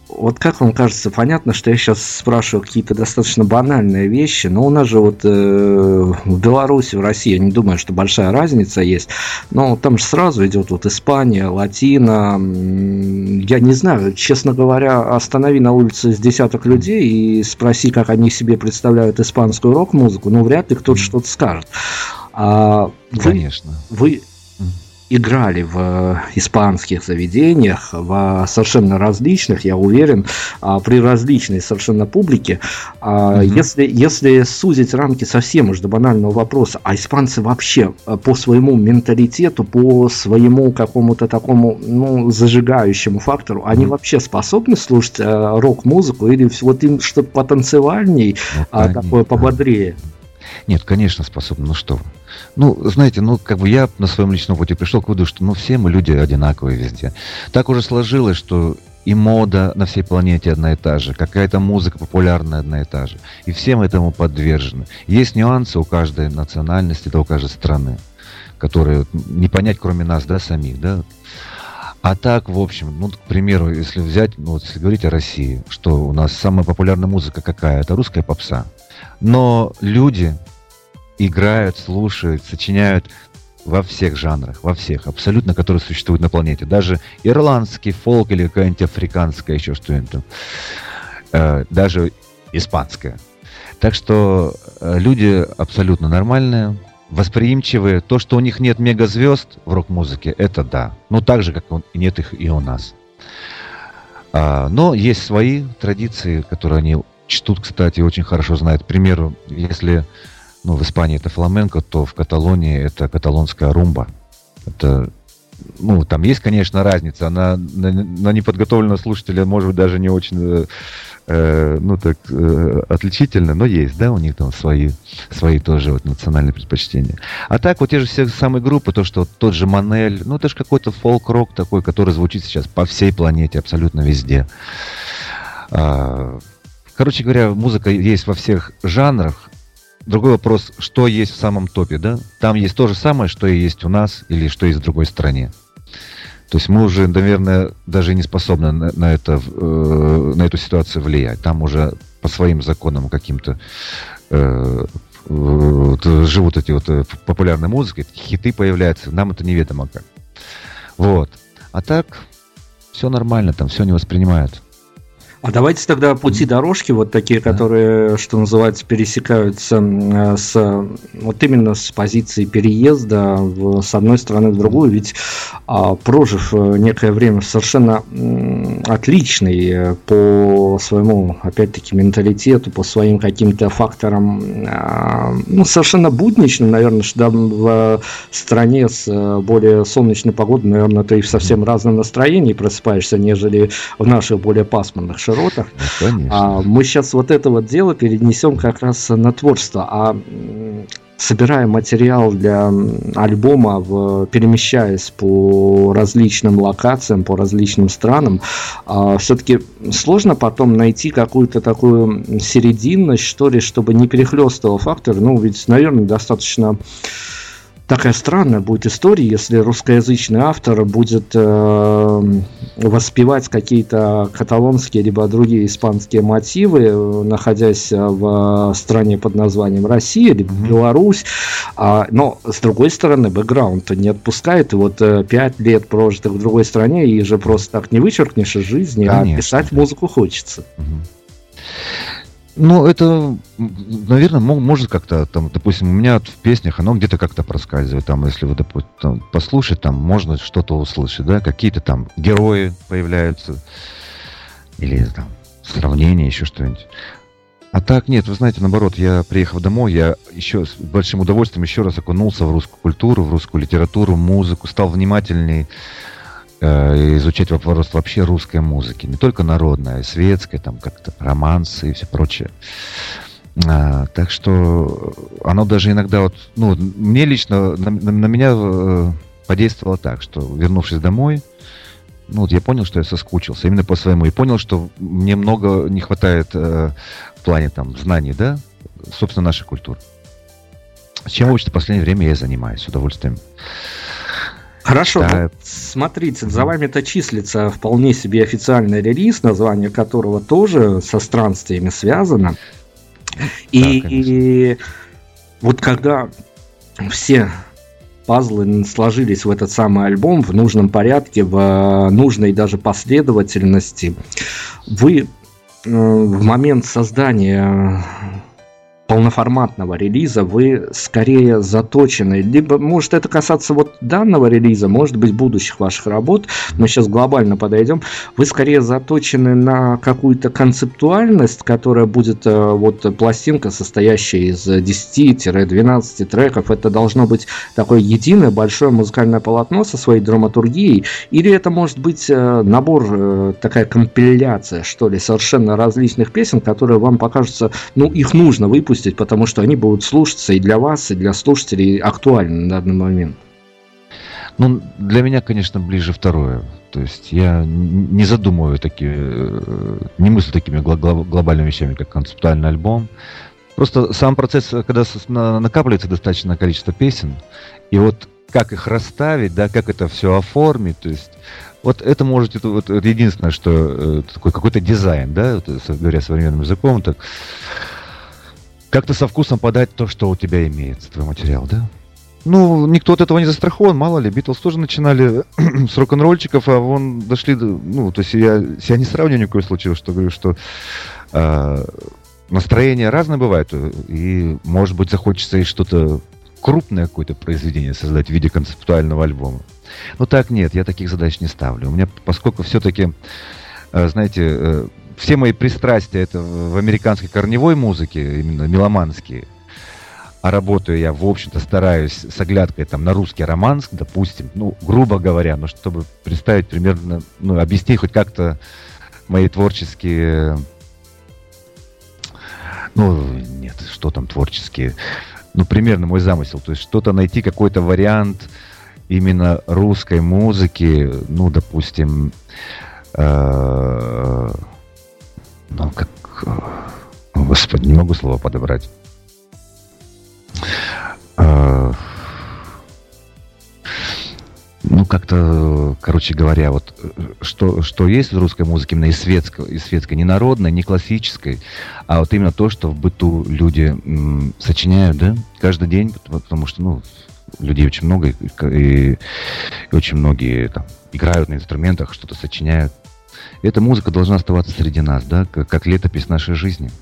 вот как вам кажется, понятно, что я сейчас спрашиваю какие-то достаточно банальные вещи, но у нас же вот э, в Беларуси, в России, я не думаю, что большая разница есть, но там же сразу идет вот Испания, Латина, я не знаю, честно говоря, останови на улице с десяток людей и спроси, как они себе представляют испанскую рок-музыку, ну, вряд ли кто-то что-то скажет. А вы, Конечно. Вы играли в испанских заведениях, в совершенно различных, я уверен, при различной совершенно публике. Mm-hmm. Если, если сузить рамки совсем уж до банального вопроса, а испанцы вообще по своему менталитету, по своему какому-то такому, ну, зажигающему фактору, они mm-hmm. вообще способны слушать рок-музыку или вот им что-то потанцевальней, ну, а такое пободрее? Нет, конечно, способны. Ну что вы. Ну, знаете, ну, как бы я на своем личном пути пришел к выводу, что, ну, все мы люди одинаковые везде. Так уже сложилось, что и мода на всей планете одна и та же, какая-то музыка популярная одна и та же. И все мы этому подвержены. Есть нюансы у каждой национальности, да, у каждой страны, которые не понять, кроме нас, да, самих, да. А так, в общем, ну, к примеру, если взять, ну, вот, если говорить о России, что у нас самая популярная музыка какая? Это русская попса. Но люди играют, слушают, сочиняют во всех жанрах, во всех, абсолютно, которые существуют на планете. Даже ирландский фолк или какая-нибудь африканская, еще что-нибудь там. Э, даже испанская. Так что э, люди абсолютно нормальные, восприимчивые. То, что у них нет мегазвезд в рок-музыке, это да. Ну, так же, как и нет их и у нас. А, но есть свои традиции, которые они чтут, кстати, очень хорошо знают. К примеру, если, ну, в Испании это фламенко, то в Каталонии это каталонская румба. Это, ну, там есть, конечно, разница. Она на, на неподготовленного слушателя, может быть, даже не очень, э, ну, так, э, отличительно, но есть, да, у них там свои, свои тоже вот национальные предпочтения. А так, вот те же все самые группы, то, что тот же Манель, ну, это же какой-то фолк-рок такой, который звучит сейчас по всей планете, абсолютно везде. Короче говоря, музыка есть во всех жанрах. Другой вопрос, что есть в самом топе, да? Там есть то же самое, что и есть у нас, или что есть в другой стране. То есть мы уже, наверное, даже не способны на, на, это, э, на эту ситуацию влиять. Там уже по своим законам каким-то э, э, живут эти вот популярные музыки, хиты появляются, нам это неведомо как. Вот. А так, все нормально, там все не воспринимают. А давайте тогда пути дорожки, вот такие, которые, что называется, пересекаются с, вот именно с позиции переезда в, с одной страны в другую, ведь а, прожив некое время совершенно отличный по своему, опять-таки, менталитету, по своим каким-то факторам, а, ну, совершенно будничным, наверное, что в стране с более солнечной погодой, наверное, ты в совсем разном настроении просыпаешься, нежели в наших более пасмурных широтах. Ну, а, мы сейчас вот это вот дело перенесем как раз на творчество. А собирая материал для альбома, в, перемещаясь по различным локациям, по различным странам, а, все-таки сложно потом найти какую-то такую серединность, что ли, чтобы не перехлестывал фактор. Ну, ведь, наверное, достаточно такая странная будет история, если русскоязычный автор будет э, воспевать какие-то каталонские либо другие испанские мотивы, находясь в стране под названием Россия либо mm-hmm. Беларусь, а, но с другой стороны бэкграунд не отпускает, и вот пять лет прожитых в другой стране, и же просто так не вычеркнешь из жизни, Конечно. А писать музыку хочется. Mm-hmm. Ну, это, наверное, может как-то, там, допустим, у меня в песнях оно где-то как-то проскальзывает, там, если вы, допустим, послушать, там, можно что-то услышать, да, какие-то там герои появляются, или там сравнения, еще что-нибудь. А так, нет, вы знаете, наоборот, я, приехав домой, я еще с большим удовольствием еще раз окунулся в русскую культуру, в русскую литературу, музыку, стал внимательней изучать вопрос вообще русской музыки, не только народной, а и светской, там как-то романсы и все прочее. А, так что оно даже иногда вот, ну, мне лично, на, на меня э, подействовало так, что, вернувшись домой, ну, вот я понял, что я соскучился именно по своему, и понял, что мне много не хватает э, в плане там знаний, да, собственно, нашей культуры. Чем, в общем-то, в последнее время я и занимаюсь с удовольствием. Хорошо, Да. ну, смотрите, за вами-то числится вполне себе официальный релиз, название которого тоже со странствиями связано. И, Да, и вот когда все пазлы сложились в этот самый альбом в нужном порядке, в нужной даже последовательности, вы э, в момент создания полноформатного релиза вы скорее заточены, либо может это касаться вот данного релиза, может быть будущих ваших работ, мы сейчас глобально подойдем, вы скорее заточены на какую-то концептуальность, которая будет вот пластинка, состоящая из десяти-двенадцати треков, это должно быть такое единое большое музыкальное полотно со своей драматургией, или это может быть набор, такая компиляция, что ли, совершенно различных песен, которые вам покажутся, ну их нужно выпустить, потому что они будут слушаться и для вас, и для слушателей актуальны на данный момент. Ну, для меня, конечно, ближе второе. То есть я не задумываю такие, не мыслю такими глобальными вещами, как концептуальный альбом. Просто сам процесс, когда накапливается достаточное количество песен, и вот как их расставить, да, как это все оформить, то есть вот это может, это, вот, это единственное, что это такой какой-то дизайн, да, вот, говоря современным языком, так как-то со вкусом подать то, что у тебя имеется, твой материал, да? Ну, никто от этого не застрахован, мало ли, Битлз тоже начинали с рок-н-ролльчиков, а вон дошли, до, ну, то есть я себя не сравниваю ни в коем случае, что говорю, что э, настроение разное бывает, и, может быть, захочется и что-то крупное какое-то произведение создать в виде концептуального альбома. Но так нет, я таких задач не ставлю. У меня, поскольку все-таки, э, знаете, э, все мои пристрастия это в американской корневой музыке, именно меломанские. А работаю я, в общем-то, стараюсь с оглядкой там, на русский романс, допустим, ну, грубо говоря, ну, чтобы представить примерно, ну, объяснить хоть как-то мои творческие... Ну, нет, что там творческие? Ну, примерно мой замысел. То есть что-то найти, какой-то вариант именно русской музыки, ну, допустим... Э- Ну, как... О, Господи, не могу слова подобрать. А... Ну, как-то, короче говоря, вот что, что есть в русской музыке, именно и светской, и светской, не народной, не классической, а вот именно то, что в быту люди м, сочиняют, да, каждый день, потому что, ну, людей очень много, и, и, и очень многие там играют на инструментах, что-то сочиняют. Эта музыка должна оставаться среди нас, да, как, как летопись нашей жизни.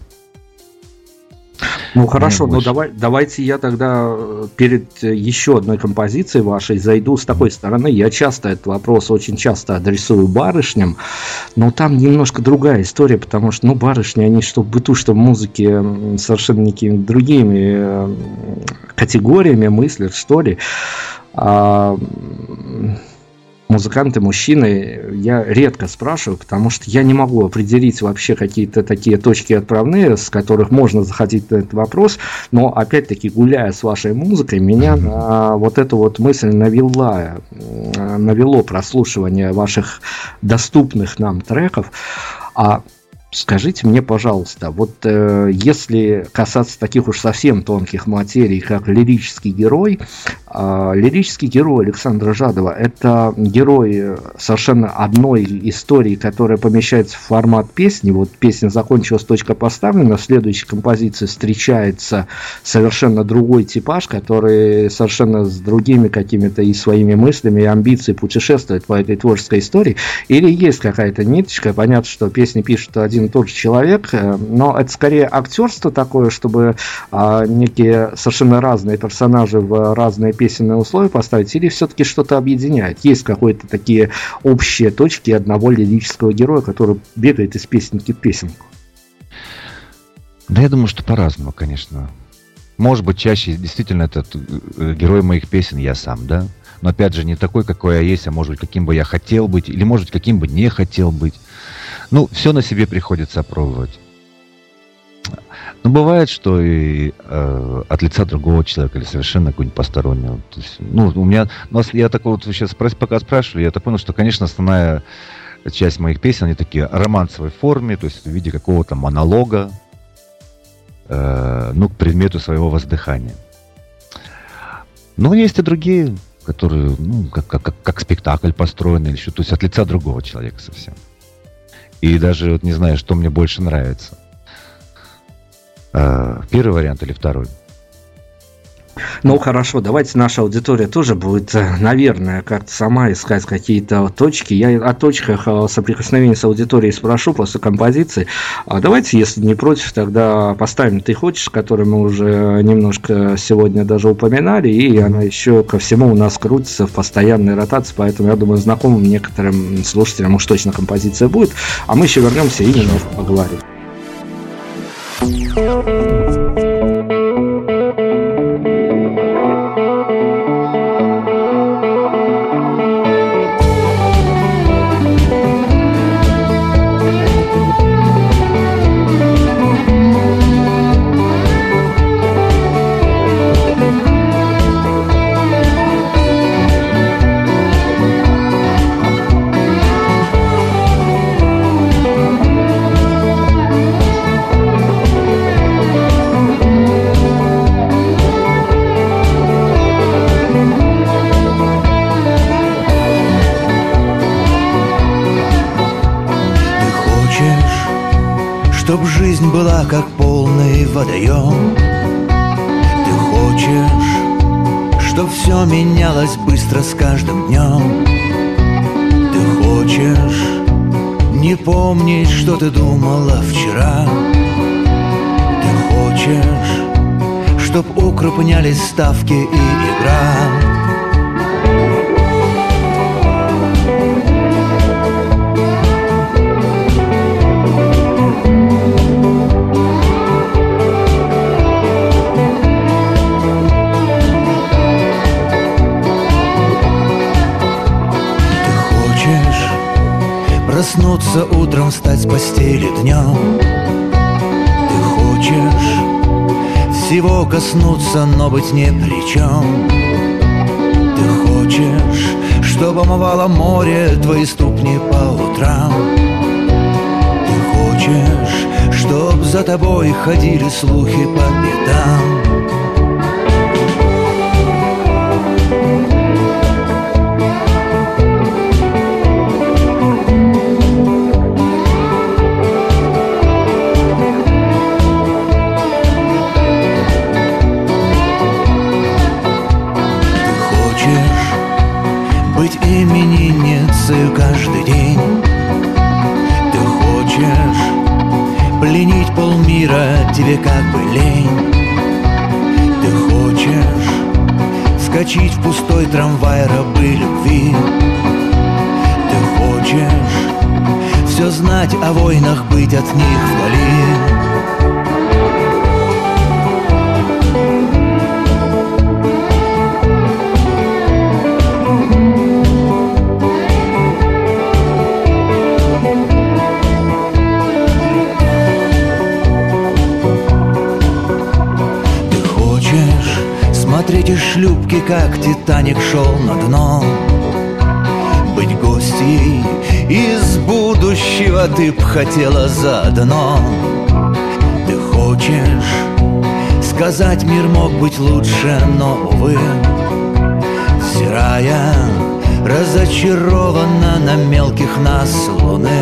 Ну хорошо, ну давай, давайте я тогда перед еще одной композицией вашей зайду с такой стороны. Я часто этот вопрос очень часто адресую барышням, но там немножко другая история, потому что, ну, барышни, они что в быту, что в музыке совершенно некими другими категориями мыслят, что ли. А... Музыканты, мужчины, я редко спрашиваю, потому что я не могу определить вообще какие-то такие точки отправные, с которых можно заходить на этот вопрос, но опять-таки, гуляя с вашей музыкой, меня на вот эту вот мысль навела, навело прослушивание ваших доступных нам треков. А скажите мне, пожалуйста, вот э, если касаться таких уж совсем тонких материй, как лирический герой, э, лирический герой Александра Жадова – это герой совершенно одной истории, которая помещается в формат песни. Вот песня закончилась, точка поставлена, в следующей композиции встречается совершенно другой типаж, который совершенно с другими какими-то и своими мыслями, и амбициями путешествует по этой творческой истории. Или есть какая-то ниточка, понятно, что песни пишет один и тот же человек, но это скорее актерство такое, чтобы а, некие совершенно разные персонажи в разные песенные условия поставить, или все-таки что-то объединяет? Есть какие-то такие общие точки одного лирического героя, который бегает из песенки в песенку? Да я думаю, что по-разному, конечно. Может быть, чаще действительно этот герой моих песен я сам, да? Но опять же, не такой, какой я есть, а может быть, каким бы я хотел быть, или может быть, каким бы не хотел быть. Ну, все на себе приходится опробовать. Но бывает, что и э, от лица другого человека или совершенно какого-нибудь постороннего. То есть, ну, у меня, у нас, я такой вот сейчас пока спрашивали, я так понял, что, конечно, основная часть моих песен, они такие в романсовой форме, то есть в виде какого-то монолога, э, ну, к предмету своего воздыхания. Но есть и другие который, ну, как, как, как спектакль построен или что, то есть от лица другого человека совсем. И даже вот не знаю, что мне больше нравится. Первый вариант или второй? Ну, хорошо, давайте наша аудитория тоже будет, наверное, как-то сама искать какие-то точки. Я о точках соприкосновения с аудиторией спрошу после композиции. А давайте, если не против, тогда поставим «Ты хочешь», который мы уже немножко сегодня даже упоминали, и она еще ко всему у нас крутится в постоянной ротации, поэтому, я думаю, знакомым некоторым слушателям уж точно композиция будет. А мы еще вернемся и немножко поговорим. Чтоб жизнь была как полный водоем. Ты хочешь, чтоб все менялось быстро с каждым днем. Ты хочешь не помнить, что ты думала вчера. Ты хочешь, чтоб укрупнялись ставки и игра. Проснуться утром, встать с постели днем. Ты хочешь всего коснуться, но быть ни при чем. Ты хочешь, чтобы омывало море твои ступни по утрам. Ты хочешь, чтоб за тобой ходили слухи по пятам. Именинницей каждый день. Ты хочешь пленить полмира, тебе как бы лень. Ты хочешь вскочить в пустой трамвай рабы любви. Ты хочешь все знать о войнах, быть от них вдали. Смотреть из шлюпки, как Титаник шел на дно. Быть гостьей из будущего ты б хотела заодно. Ты хочешь сказать, мир мог быть лучше, но, увы, взирая разочарованно на мелких нас луны.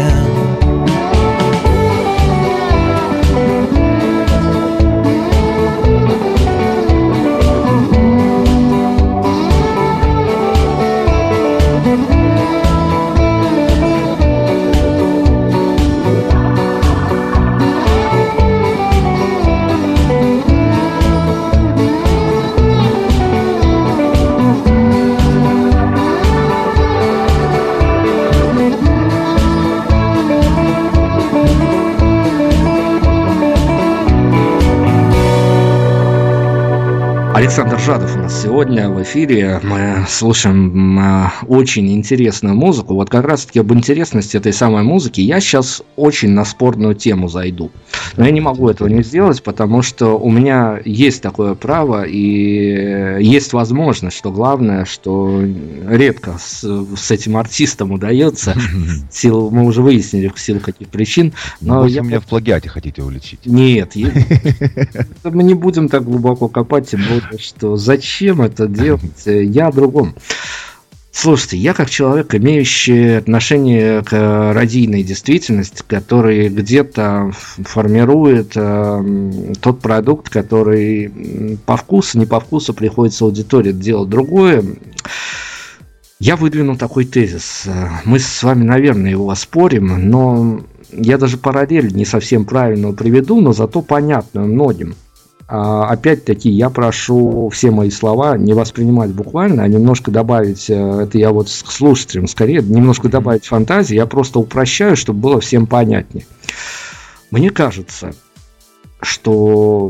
Александр Жадов у нас сегодня в эфире. Мы слушаем очень интересную музыку. Вот как раз-таки об интересности этой самой музыки я сейчас очень на спорную тему зайду. Но я не могу этого не сделать, потому что у меня есть такое право и есть возможность, что главное, что редко с, с этим артистом удается. Сил, мы уже выяснили, в силу каких причин. Но вы я... меня в плагиате хотите уличить? Нет, мы не будем так глубоко копать, тем более что зачем это делать, я о другом. Слушайте, я как человек, имеющий отношение к радийной действительности, который где-то формирует э, тот продукт, который по вкусу, не по вкусу приходится аудитории делать другое, я выдвину такой тезис. Мы с вами, наверное, его оспорим, но я даже параллель не совсем правильную приведу, но зато понятную многим. Опять-таки, я прошу все мои слова не воспринимать буквально, а немножко добавить, это я вот к слушателям скорее, немножко добавить фантазии, я просто упрощаю, чтобы было всем понятнее. Мне кажется, что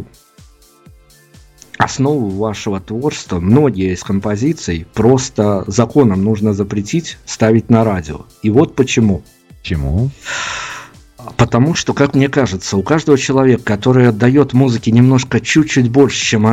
основу вашего творчества, многие из композиций просто законом нужно запретить ставить на радио. И вот почему. Почему? Потому что, как мне кажется, у каждого человека, который отдает музыке немножко чуть-чуть больше, чем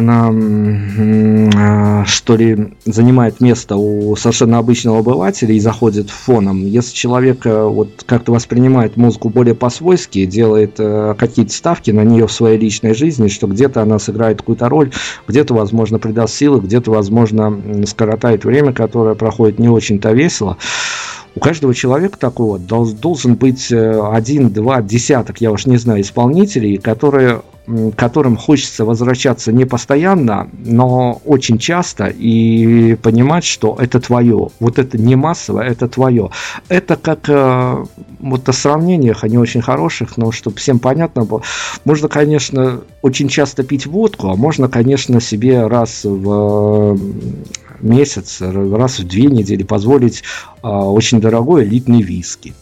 она, что ли, занимает место у совершенно обычного обывателя и заходит фоном, если человек вот как-то воспринимает музыку более по-свойски, делает какие-то ставки на нее в своей личной жизни, что где-то она сыграет какую-то роль, где-то, возможно, придаст силы, где-то, возможно, скоротает время, которое проходит не очень-то весело. У каждого человека такого должен быть один, два, десяток, я уж не знаю, исполнителей, которые, которым хочется возвращаться не постоянно, но очень часто и понимать, что это твое. Вот это не массово, это твое. Это как вот о сравнениях, они очень хороших, но чтобы всем понятно было, можно, конечно, очень часто пить водку, а можно, конечно, себе раз в месяц, раз в две недели позволить а, очень дорогой элитный виски.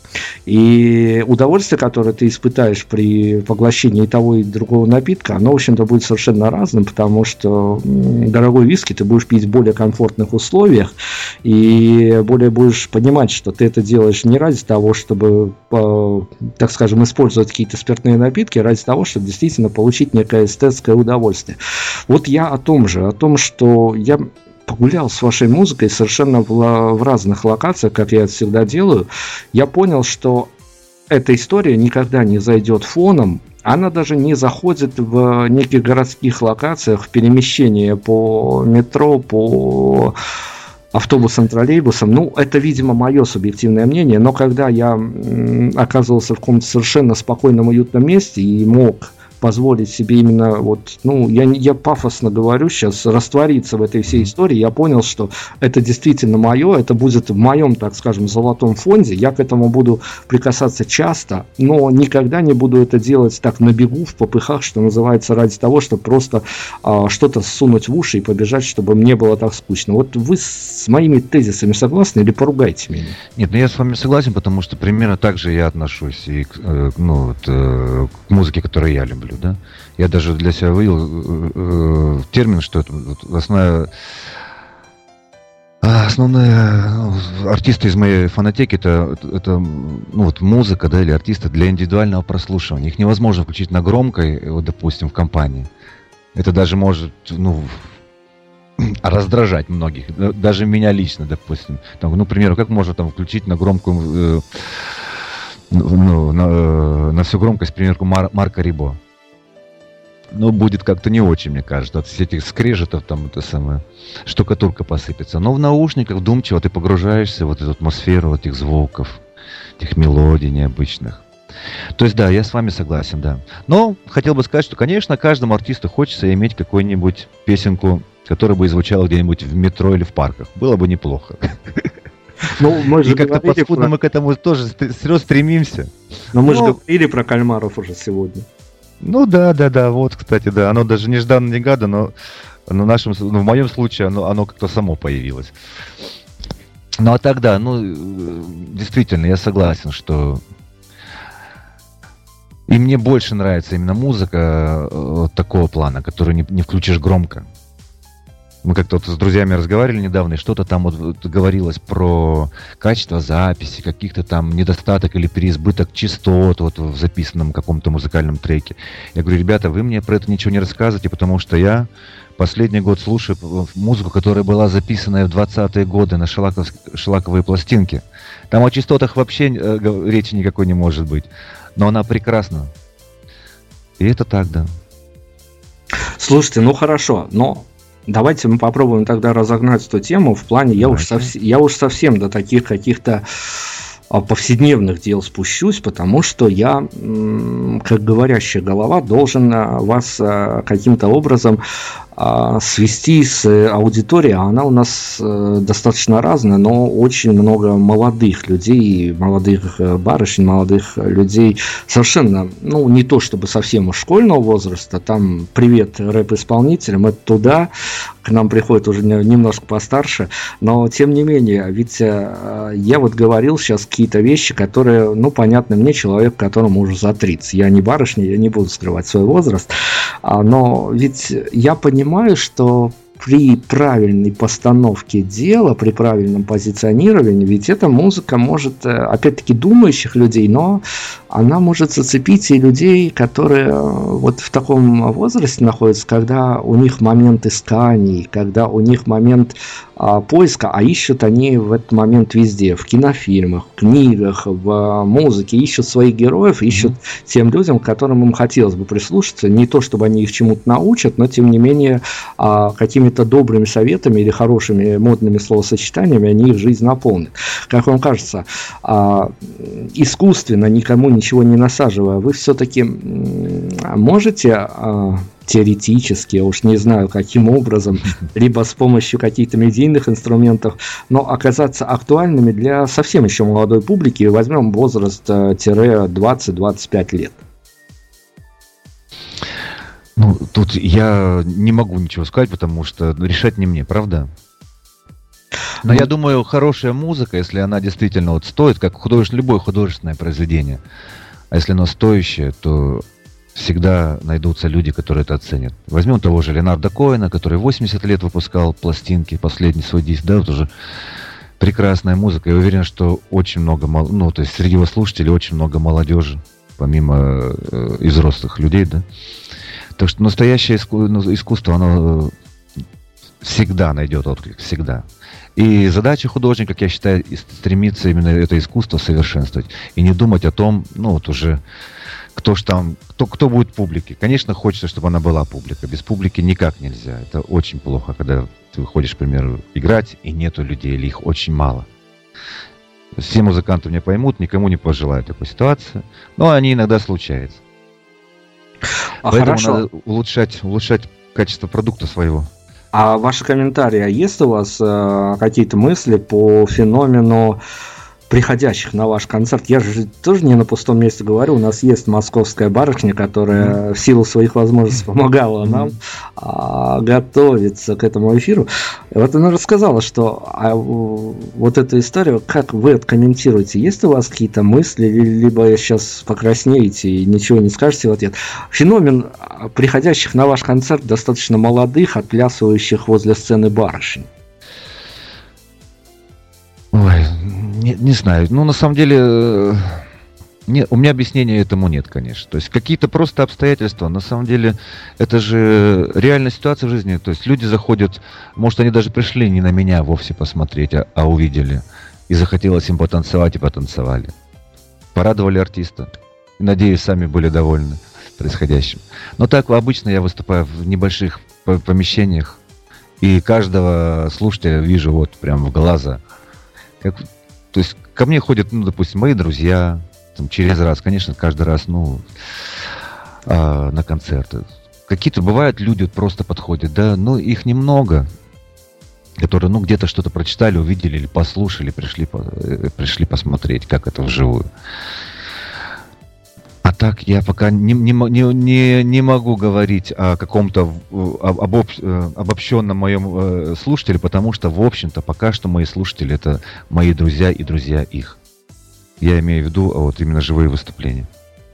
И удовольствие, которое ты испытаешь при поглощении и того, и другого напитка, оно, в общем-то, будет совершенно разным, потому что дорогой виски ты будешь пить в более комфортных условиях и более будешь понимать, что ты это делаешь не ради того, чтобы, так скажем, использовать какие-то спиртные напитки, а ради того, чтобы действительно получить некое эстетское удовольствие. Вот я о том же, о том, что я погулял с вашей музыкой совершенно в, в разных локациях, как я это всегда делаю, я понял, что эта история никогда не зайдет фоном, она даже не заходит в неких городских локациях, в перемещение по метро, по автобусам, троллейбусам. Ну, это, видимо, мое субъективное мнение, но когда я оказывался в каком-то совершенно спокойном, уютном месте и мог позволить себе именно вот, ну, я, я пафосно говорю сейчас, раствориться в этой всей истории, я понял, что это действительно мое, это будет в моем, так скажем, золотом фонде, я к этому буду прикасаться часто, но никогда не буду это делать так на бегу, в попыхах, что называется, ради того, чтобы просто а, что-то сунуть в уши и побежать, чтобы мне было так скучно. Вот вы с моими тезисами согласны или поругайте меня? Нет, ну я с вами согласен, потому что примерно так же я отношусь и к, ну, вот, к музыке, которую я люблю. Да? Я даже для себя вывел э, э, термин, что это вот, основная, основная ну, артисты из моей фонотеки это, это ну, вот, музыка, да, или артисты для индивидуального прослушивания. Их невозможно включить на громкой, вот, допустим, в компании. Это даже может, ну, раздражать многих, даже меня лично, допустим. Там, ну, к примеру, как можно там включить на громкую, э, ну, на, на всю громкость, к примеру, Мар, Марка Рибо. Ну, будет как-то не очень, мне кажется. От всех этих скрежетов там это самое, штукатурка посыпется. Но в наушниках вдумчиво ты погружаешься в вот эту атмосферу этих звуков, этих мелодий необычных. То есть, да, я с вами согласен, да. Но хотел бы сказать, что, конечно, каждому артисту хочется иметь какую-нибудь песенку, которая бы звучала где-нибудь в метро или в парках. Было бы неплохо. Ну, мы же и как-то подспудно про... мы к этому тоже серьезно стремимся. Но мы Но... же говорили про кальмаров уже сегодня. Ну да, да, да, вот, кстати, да, оно даже нежданно-негаданно, но, но нашем, ну, в моем случае оно, оно как-то само появилось. Ну а тогда, ну, действительно, я согласен, что и мне больше нравится именно музыка вот такого плана, которую не, не включишь громко. Мы как-то вот с друзьями разговаривали недавно, и что-то там вот, вот говорилось про качество записи, каких-то там недостаток или переизбыток частот вот в записанном каком-то музыкальном треке. Я говорю, ребята, вы мне про это ничего не рассказывайте, потому что я последний год слушаю музыку, которая была записана в двадцатые годы на шелаков, шелаковые пластинки. Там о частотах вообще э, речи никакой не может быть. Но она прекрасна. И это так, да. Слушайте, ну хорошо, но давайте мы попробуем тогда разогнать эту тему в плане, я уж, совс- я уж совсем до таких каких-то повседневных дел спущусь, потому что я, как говорящая голова, должен вас каким-то образом свести с аудиторией. Она у нас достаточно разная, но очень много молодых людей, молодых барышень, молодых людей совершенно, ну, не то чтобы совсем уж школьного возраста, там привет рэп-исполнителям, это туда, к нам приходит уже немножко постарше, но тем не менее, ведь я вот говорил сейчас какие-то вещи, которые, ну, понятны мне, человек, которому уже за тридцать. Я не барышня, я не буду скрывать свой возраст, но ведь я понимаю, что при правильной постановке дела, при правильном позиционировании, ведь эта музыка может, опять-таки, думающих людей, но она может зацепить и людей, которые вот в таком возрасте находятся, когда у них момент исканий, когда у них момент а, поиска, а ищут они в этот момент везде, в кинофильмах, в книгах, в музыке, ищут своих героев, ищут mm-hmm. тем людям, к которым им хотелось бы прислушаться, не то, чтобы они их чему-то научат, но, тем не менее, а, какими-то добрыми советами или хорошими модными словосочетаниями они их жизнь наполнят. Как вам кажется, а, искусственно, никому ничего не насаживая, вы все-таки можете а, теоретически, я уж не знаю каким образом, либо с помощью каких-то медийных инструментов, но оказаться актуальными для совсем еще молодой публики, возьмем возраст двадцать-двадцать пять лет? Ну, тут я не могу ничего сказать, потому что решать не мне, правда? Но ну, я думаю, хорошая музыка, если она действительно вот стоит, как художественное, любое художественное произведение, а если оно стоящее, то всегда найдутся люди, которые это оценят. Возьмем того же Леонарда Коэна, который восемьдесят лет выпускал пластинки, последний свой диск, да, вот уже прекрасная музыка. Я уверен, что очень много, ну, то есть среди его слушателей очень много молодежи, помимо э, и взрослых людей, да. Так что настоящее искусство, оно всегда найдет отклик, всегда. И задача художника, как я считаю, стремиться именно это искусство совершенствовать. И не думать о том, ну вот уже, кто ж там, кто, кто будет в публике. Конечно, хочется, чтобы она была публика. Без публики никак нельзя. Это очень плохо, когда ты выходишь, к примеру, играть, и нету людей, или их очень мало. Все музыканты меня поймут, никому не пожелаю такой ситуации. Но они иногда случаются. А Поэтому хорошо. Надо улучшать, улучшать качество продукта своего. А ваши комментарии, а есть у вас э, какие-то мысли по феномену приходящих на ваш концерт? Я же тоже не на пустом месте говорю, у нас есть московская барышня, которая в силу своих возможностей помогала нам а, готовиться к этому эфиру. И вот она рассказала, что а, вот эту историю, как вы это комментируете? Есть у вас какие-то мысли, либо сейчас покраснеете и ничего не скажете в ответ? Феномен приходящих на ваш концерт достаточно молодых, отплясывающих возле сцены барышень. Ой, не, не знаю. Ну, на самом деле, не, у меня объяснения этому нет, конечно. То есть какие-то просто обстоятельства. На самом деле, это же реальная ситуация в жизни. То есть люди заходят, может, они даже пришли не на меня вовсе посмотреть, а, а увидели. И захотелось им потанцевать, и потанцевали. Порадовали артиста. И, надеюсь, сами были довольны происходящим. Но так обычно я выступаю в небольших помещениях. И каждого слушателя вижу вот прям в глаза. Как, то есть ко мне ходят, ну, допустим, мои друзья, там, через раз, конечно, каждый раз, ну, а, на концерты. Какие-то бывают люди просто подходят, да, но их немного, которые, ну, где-то что-то прочитали, увидели или послушали, пришли, пришли посмотреть, как это вживую. А так я пока не, не, не, не могу говорить о каком-то обоб, обобщенном моем слушателе, потому что, в общем-то, пока что мои слушатели — это мои друзья и друзья их. Я имею в виду вот именно живые выступления.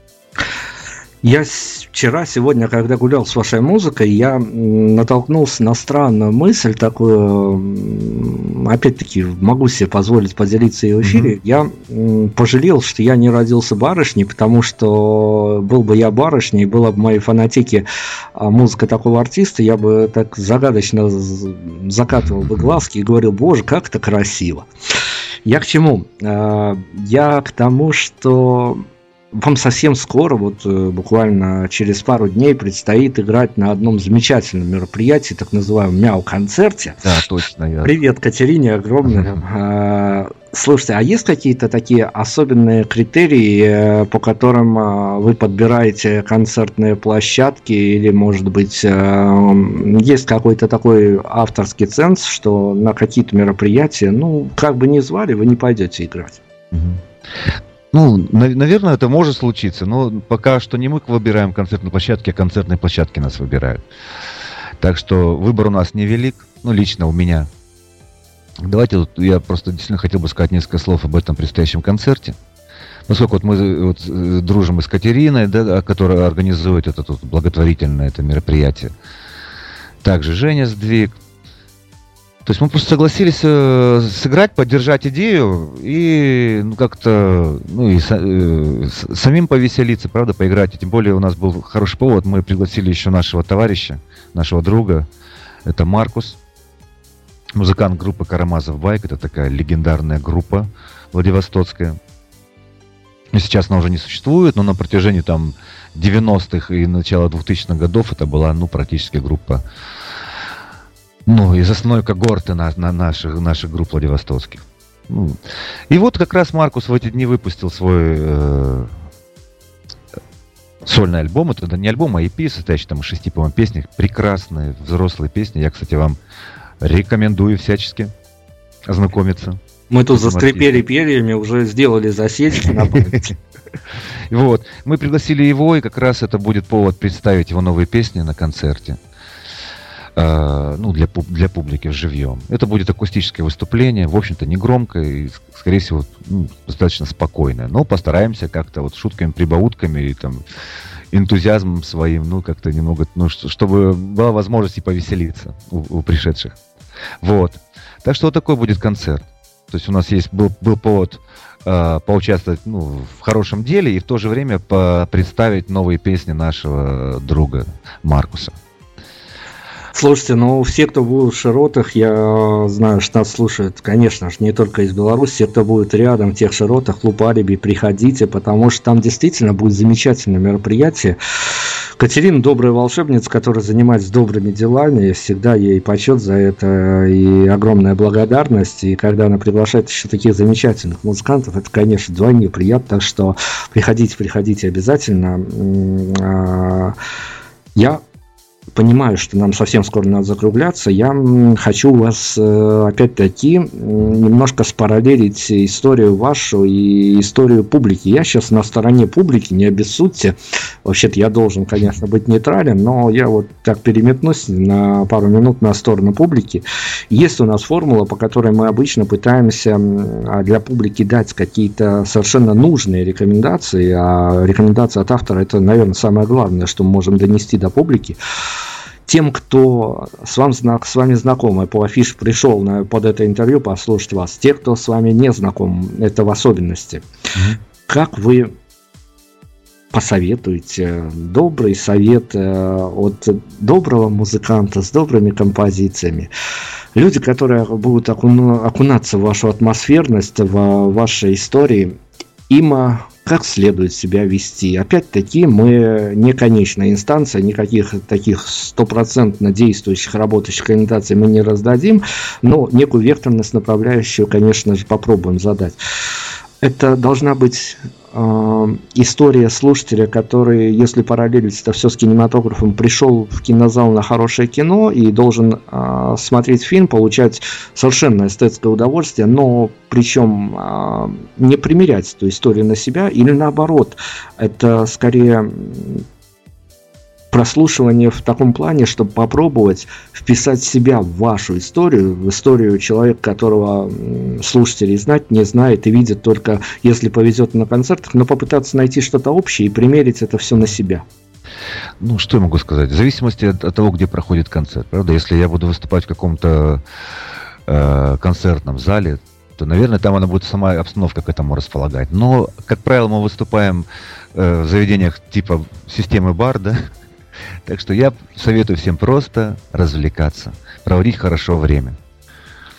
Я вчера, сегодня, когда гулял с вашей музыкой, я натолкнулся на странную мысль такую, опять-таки, могу себе позволить поделиться ее в эфире. Mm-hmm. Я пожалел, что я не родился барышней, потому что был бы я барышней, была бы в моей фонотеке музыка такого артиста, я бы так загадочно закатывал бы глазки и говорил: боже, как это красиво. Я к чему? Я к тому, что вам совсем скоро, вот буквально через пару дней, предстоит играть на одном замечательном мероприятии, так называемом Мяу-концерте. Да, точно. Я... Привет, Катерине, огромное. Слушайте, а есть какие-то такие особенные критерии, по которым вы подбираете концертные площадки, или, может быть, есть какой-то такой авторский ценз, что на какие-то мероприятия, ну, как бы ни звали, вы не пойдете играть? Угу. Ну, наверное, это может случиться, но пока что не мы выбираем концертные площадки, а концертные площадки нас выбирают. Так что выбор у нас невелик, ну, лично у меня. Давайте, вот, я просто действительно хотел бы сказать несколько слов об этом предстоящем концерте. Поскольку вот мы вот, дружим и с Катериной, да, которая организует это тут благотворительное это мероприятие. Также Женя Сдвиг. То есть мы просто согласились э, сыграть, поддержать идею и ну, как-то ну, и са, э, с, самим повеселиться, правда, поиграть. И тем более у нас был хороший повод. Мы пригласили еще нашего товарища, нашего друга. Это Маркус, музыкант группы Карамазов Байк. Это такая легендарная группа владивостокская. И сейчас она уже не существует, но на протяжении там девяностых и начала двухтысячных годов это была ну, практически группа. Ну, из основной когорты на, на наших, наших групп владивостокских. Ну, и вот как раз Маркус в эти дни выпустил свой э, сольный альбом. Это не альбом, а и пи, состоящий там из шести, по-моему, песней. Прекрасные взрослые песни. Я, кстати, вам рекомендую всячески ознакомиться. Мы тут заскрипели перьями, уже сделали засечки на память. Вот. Мы пригласили его, и как раз это будет повод представить его новые песни на концерте. Ну, для, для публики живьем. Это будет акустическое выступление, в общем-то, не громкое и, скорее всего, ну, достаточно спокойное. Но постараемся как-то вот шутками, прибаутками и там энтузиазмом своим, ну, как-то немного, ну, чтобы была возможность и повеселиться у, у пришедших. Вот. Так что вот такой будет концерт. То есть у нас есть был, был повод э, поучаствовать ну, в хорошем деле и в то же время по- представить новые песни нашего друга Маркуса. Слушайте, ну все, кто будет в широтах, я знаю, что нас слушают, конечно же, не только из Беларуси, все, кто будет рядом в тех широтах, клуб Алиби, приходите, потому что там действительно будет замечательное мероприятие. Катерина добрая волшебница, которая занимается добрыми делами, всегда ей почет за это и огромная благодарность. И когда она приглашает еще таких замечательных музыкантов, это, конечно, вдвойне приятно. Так что приходите, приходите обязательно. Я понимаю, что нам совсем скоро надо закругляться. Я хочу вас, опять-таки, немножко спараллелить историю вашу и историю публики. Я сейчас на стороне публики, не обессудьте. Вообще-то я должен, конечно, быть нейтрален, но я вот так переметнусь на пару минут на сторону публики. Есть у нас формула, по которой мы обычно пытаемся для публики дать какие-то совершенно нужные рекомендации, а рекомендация от автора – это, наверное, самое главное, что мы можем донести до публики. Тем, кто с вами, с вами знаком, и по афише пришел на, под это интервью послушать вас, те, кто с вами не знаком, это в особенности. Mm-hmm. Как вы посоветуете добрый совет от доброго музыканта с добрыми композициями? Люди, которые будут окуну, окунаться в вашу атмосферность, в ваши истории, им как следует себя вести. Опять-таки, мы не конечная инстанция, никаких таких стопроцентно действующих, работающих рекомендаций мы не раздадим, но некую векторность направляющую, конечно же, попробуем задать. Это должна быть э, история слушателя, который, если параллелить это все с кинематографом, пришел в кинозал на хорошее кино и должен э, смотреть фильм, получать совершенно эстетское удовольствие, но причем э, не примерять эту историю на себя, или наоборот, это скорее прослушивание в таком плане, чтобы попробовать вписать себя в вашу историю, в историю человека, которого слушатели знать не знает и видит только, если повезет на концертах, но попытаться найти что-то общее и примерить это все на себя. Ну, что я могу сказать? В зависимости от, от того, где проходит концерт, правда? Если я буду выступать в каком-то э, концертном зале, то, наверное, там она будет сама обстановка к этому располагать. Но, как правило, мы выступаем э, в заведениях типа системы бар, да? Так что я советую всем просто развлекаться, проводить хорошо время.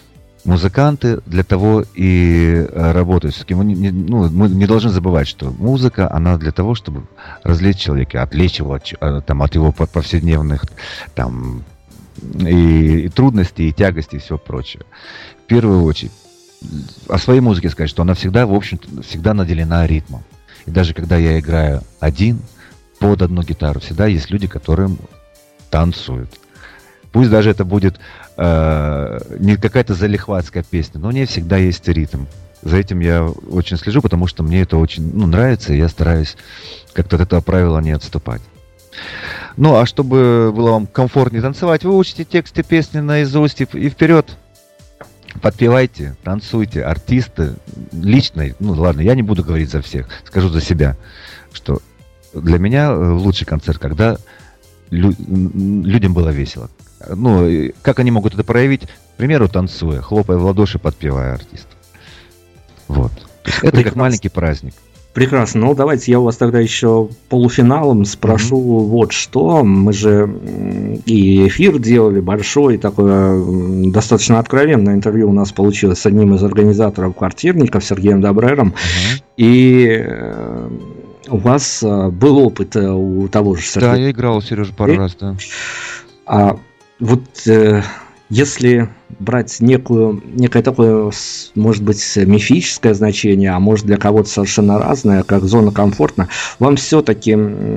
Музыканты для того и работают. Мы не, ну, мы не должны забывать, что музыка, она для того, чтобы развлечь человека, отвлечь его от, там, от его повседневных там, и, и трудностей, и тягостей, и всего прочего. В первую очередь, о своей музыке сказать, что она всегда, в общем-то, всегда наделена ритмом. И даже когда я играю один, под одну гитару, всегда есть люди, которые танцуют. Пусть даже это будет э, не какая-то залихватская песня, но у нее всегда есть ритм. За этим я очень слежу, потому что мне это очень ну, нравится, и я стараюсь как-то от этого правила не отступать. Ну, а чтобы было вам комфортнее танцевать, вы учите тексты песни наизусть и, и вперед. Подпевайте, танцуйте. Артисты лично, ну ладно, я не буду говорить за всех, скажу за себя, что для меня лучший концерт, когда лю- людям было весело. Ну, как они могут это проявить? К примеру, танцуя, хлопая в ладоши, подпевая артисту. Вот. Это Прекрасно. Как маленький праздник. Прекрасно. Ну, давайте я у вас тогда еще полуфиналом спрошу mm-hmm. вот что. Мы же и эфир делали большой, такое достаточно откровенное интервью у нас получилось с одним из организаторов «Квартирников», Сергеем Добрером. Mm-hmm. И у вас был опыт у того же Сергея. Да, я играл у Сережи пару и... раз, да. А вот э, если брать некую, некое такое, может быть, мифическое значение, а может для кого-то совершенно разное, как зона комфортна, вам все-таки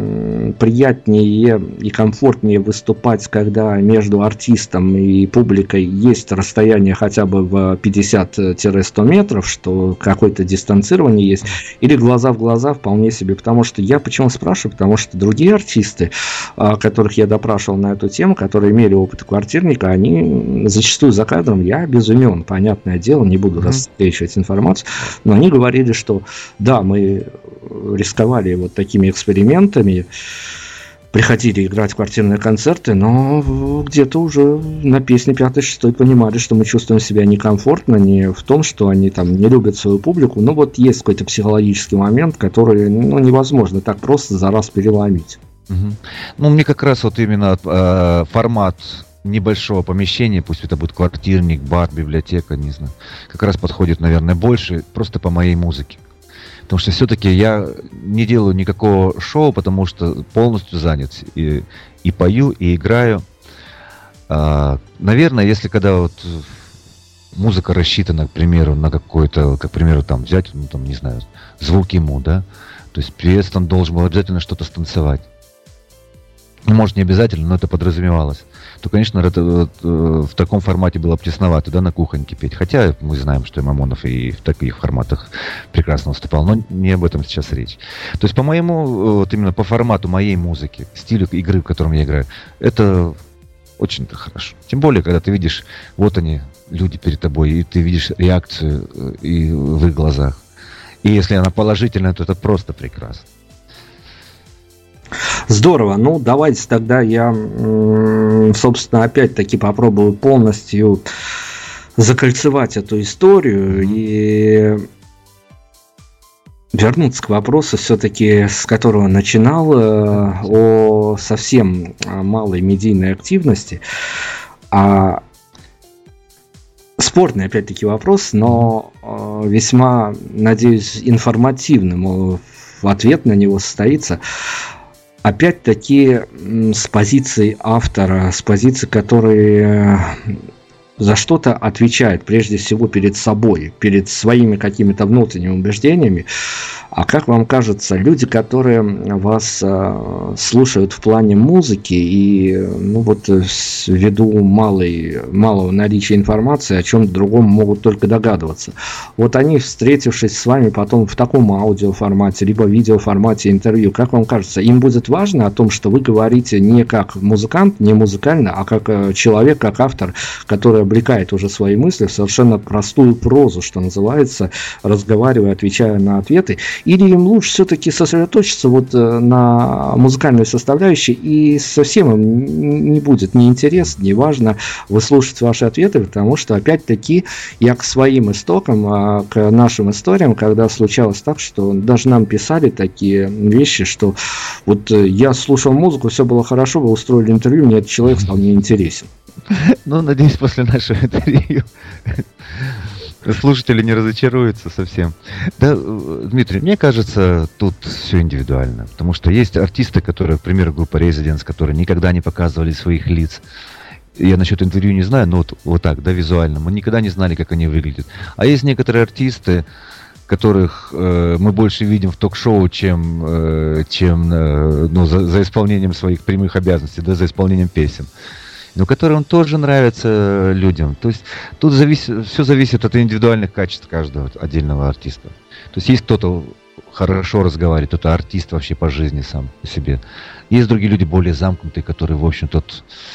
приятнее и комфортнее выступать, когда между артистом и публикой есть расстояние хотя бы в пятьдесят-сто метров, что какое-то дистанцирование есть, или глаза в глаза вполне себе, потому что я почему спрашиваю, потому что другие артисты, которых я допрашивал на эту тему, которые имели опыт квартирника, они зачастую за кадром, я без имен, понятное дело, не буду mm-hmm. рассекречивать информацию, но они говорили, что да, мы рисковали вот такими экспериментами, приходили играть в квартирные концерты, но где-то уже на песне пятой-шестой понимали, что мы чувствуем себя некомфортно, не в том, что они там не любят свою публику, но вот есть какой-то психологический момент, который ну, невозможно так просто за раз переломить. Mm-hmm. Ну, мне как раз вот именно э, формат небольшого помещения, пусть это будет квартирник, бар, библиотека, не знаю, как раз подходит, наверное, больше просто по моей музыке. Потому что все-таки я не делаю никакого шоу, потому что полностью занят. И, и пою, и играю. А, наверное, если когда вот музыка рассчитана, к примеру, на какой-то, как, к примеру, там взять, ну, там, не знаю, звук ему, да, то есть певец там должен был обязательно что-то станцевать. Ну, может, не обязательно, но это подразумевалось. То, конечно, это, вот, э, в таком формате было бы тесновато, да, на кухоньке петь. Хотя мы знаем, что и Мамонов и в таких форматах прекрасно выступал, но не об этом сейчас речь. То есть, по моему, вот именно по формату моей музыки, стилю игры, в котором я играю, это очень хорошо. Тем более, когда ты видишь, вот они, люди перед тобой, и ты видишь реакцию и в их глазах. И если она положительная, то это просто прекрасно. Здорово. Ну, давайте тогда я, собственно, опять-таки попробую полностью закольцевать эту историю и вернуться к вопросу, все-таки, с которого начинал, о совсем малой медийной активности. А спорный, опять-таки, вопрос, но весьма, надеюсь, информативным. Ответ на него состоится. Опять-таки с позиции автора, с позиции, который за что-то отвечает, прежде всего перед собой, перед своими какими-то внутренними убеждениями. А как вам кажется, люди, которые вас э, слушают в плане музыки и, ну вот, ввиду малой, малого наличия информации, о чем-то другом могут только догадываться. Вот они, встретившись с вами потом в таком аудиоформате, либо видеоформате интервью, как вам кажется, им будет важно о том, что вы говорите не как музыкант, не музыкально, а как человек, как автор, который облекает уже свои мысли в совершенно простую прозу, что называется, разговаривая, отвечая на ответы. Или им лучше все-таки сосредоточиться вот на музыкальной составляющей, и совсем им не будет ни интересно, ни важно выслушать ваши ответы, потому что, опять-таки, я к своим истокам, к нашим историям, когда случалось так, что даже нам писали такие вещи, что вот я слушал музыку, все было хорошо, вы устроили интервью, мне этот человек стал неинтересен. Ну, надеюсь, после нашего интервью слушатели не разочаруются совсем. Да, Дмитрий, мне кажется, тут все индивидуально. Потому что есть артисты, которые, к примеру, группа Residents, которые никогда не показывали своих лиц. Я насчет интервью не знаю, но вот, вот так, да, визуально. Мы никогда не знали, как они выглядят. А есть некоторые артисты, которых э, мы больше видим в ток-шоу, чем, э, чем э, ну, за, за исполнением своих прямых обязанностей, да, за исполнением песен. Но которым тоже нравятся людям. То есть тут зависит, все зависит от индивидуальных качеств каждого отдельного артиста. То есть есть кто-то хорошо разговаривает, кто-то артист вообще по жизни сам по себе. Есть другие люди более замкнутые, которые, в общем-то,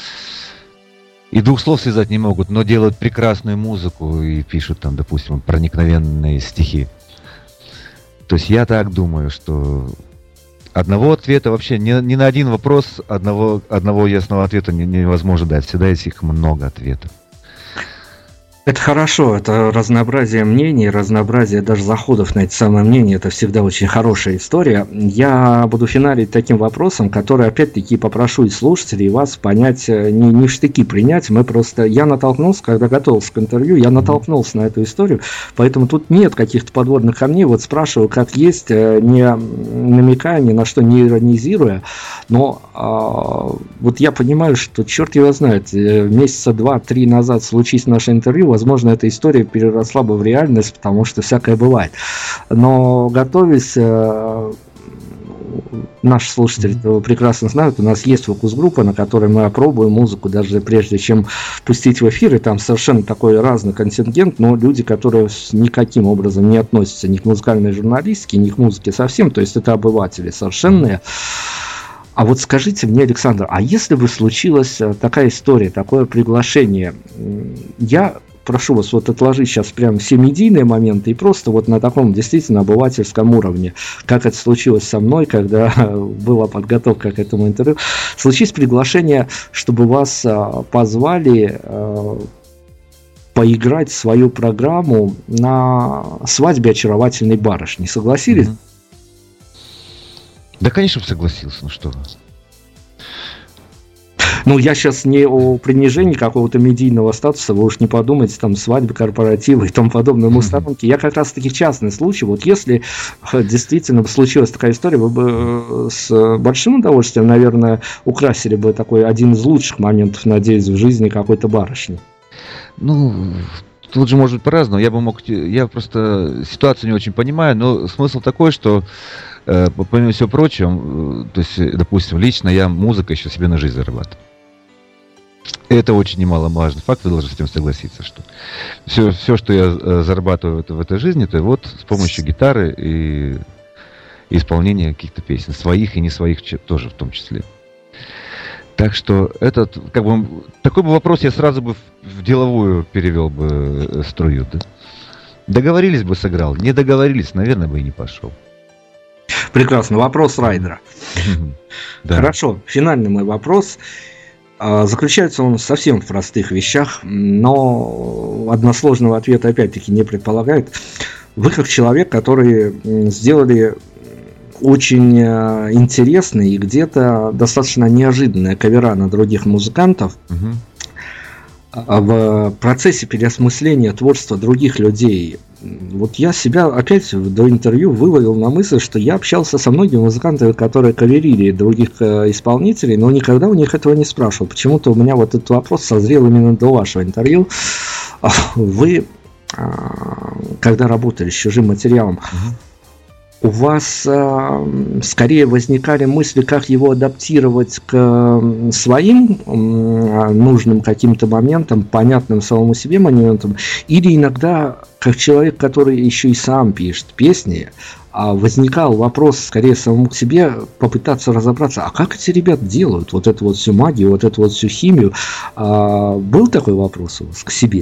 и двух слов связать не могут, но делают прекрасную музыку и пишут там, допустим, проникновенные стихи. То есть я так думаю, что одного ответа вообще, ни, ни на один вопрос одного, одного ясного ответа не, невозможно дать. Всегда есть их много ответов. Это хорошо, это разнообразие мнений, разнообразие даже заходов на эти самые мнения, это всегда очень хорошая история. Я буду финалить таким вопросом, который опять-таки попрошу и слушателей, и вас понять, не, не в штыки принять, мы просто, я натолкнулся, когда готовился к интервью, я натолкнулся на эту историю, поэтому тут нет каких-то подводных камней, вот спрашиваю, как есть, не намекая, ни на что не иронизируя, но а, вот я понимаю, что черт его знает, месяца два-три назад случись наше интервью, возможно, эта история переросла бы в реальность, потому что всякое бывает. Но готовясь, э, наши слушатели mm-hmm. прекрасно знают, у нас есть фокус-группа, на которой мы опробуем музыку, даже прежде чем пустить в эфир, и там совершенно такой разный контингент, но люди, которые никаким образом не относятся ни к музыкальной журналистике, ни к музыке совсем, то есть это обыватели совершенные. А вот скажите мне, Александр, а если бы случилась такая история, такое приглашение, я прошу вас вот отложить сейчас прям все медийные моменты и просто вот на таком действительно обывательском уровне, как это случилось со мной, когда была подготовка к этому интервью, случилось приглашение, чтобы вас позвали поиграть в свою программу на свадьбе очаровательной барышни. Согласились? Mm-hmm. Да, конечно, согласился, ну что вы. Ну, я сейчас не о принижении какого-то медийного статуса, вы уж не подумайте, там, свадьбы, корпоративы и тому подобное, ну, сторонки. Я как раз-таки частный случай, вот если действительно случилась такая история, вы бы с большим удовольствием, наверное, украсили бы такой один из лучших моментов, надеюсь, в жизни какой-то барышни. Ну, тут же может быть по-разному, я бы мог, я просто ситуацию не очень понимаю, но смысл такой, что помимо всего прочего, то есть, допустим, лично я музыкой еще себе на жизнь зарабатываю. Это очень немаловажный факт, вы должны с этим согласиться, что все, все что я зарабатываю в этой жизни, это вот с помощью гитары и, и исполнения каких-то песен, своих и не своих тоже в том числе. Так что этот, как бы, такой бы вопрос я сразу бы в деловую перевел бы струю, да? Договорились бы, сыграл, не договорились, наверное, бы и не пошел. Прекрасно. Вопрос райдера. Да. Хорошо. Финальный мой вопрос. Заключается он совсем в простых вещах, но односложного ответа опять-таки не предполагает. Вы как человек, который сделали очень интересные и где-то достаточно неожиданные кавера на других музыкантов, угу. В процессе переосмысления творчества других людей, вот я себя опять до интервью выловил на мысль, что я общался со многими музыкантами, которые каверили других исполнителей, но никогда у них этого не спрашивал. Почему-то у меня вот этот вопрос созрел именно до вашего интервью. Вы, когда работали с чужим материалом, угу. у вас э, скорее возникали мысли, как его адаптировать к своим э, нужным каким-то моментам, понятным самому себе моментам, или иногда, как человек, который еще и сам пишет песни, э, возникал вопрос скорее самому к себе, попытаться разобраться, а как эти ребята делают вот эту вот всю магию, вот эту вот всю химию. Э, был такой вопрос у вас к себе?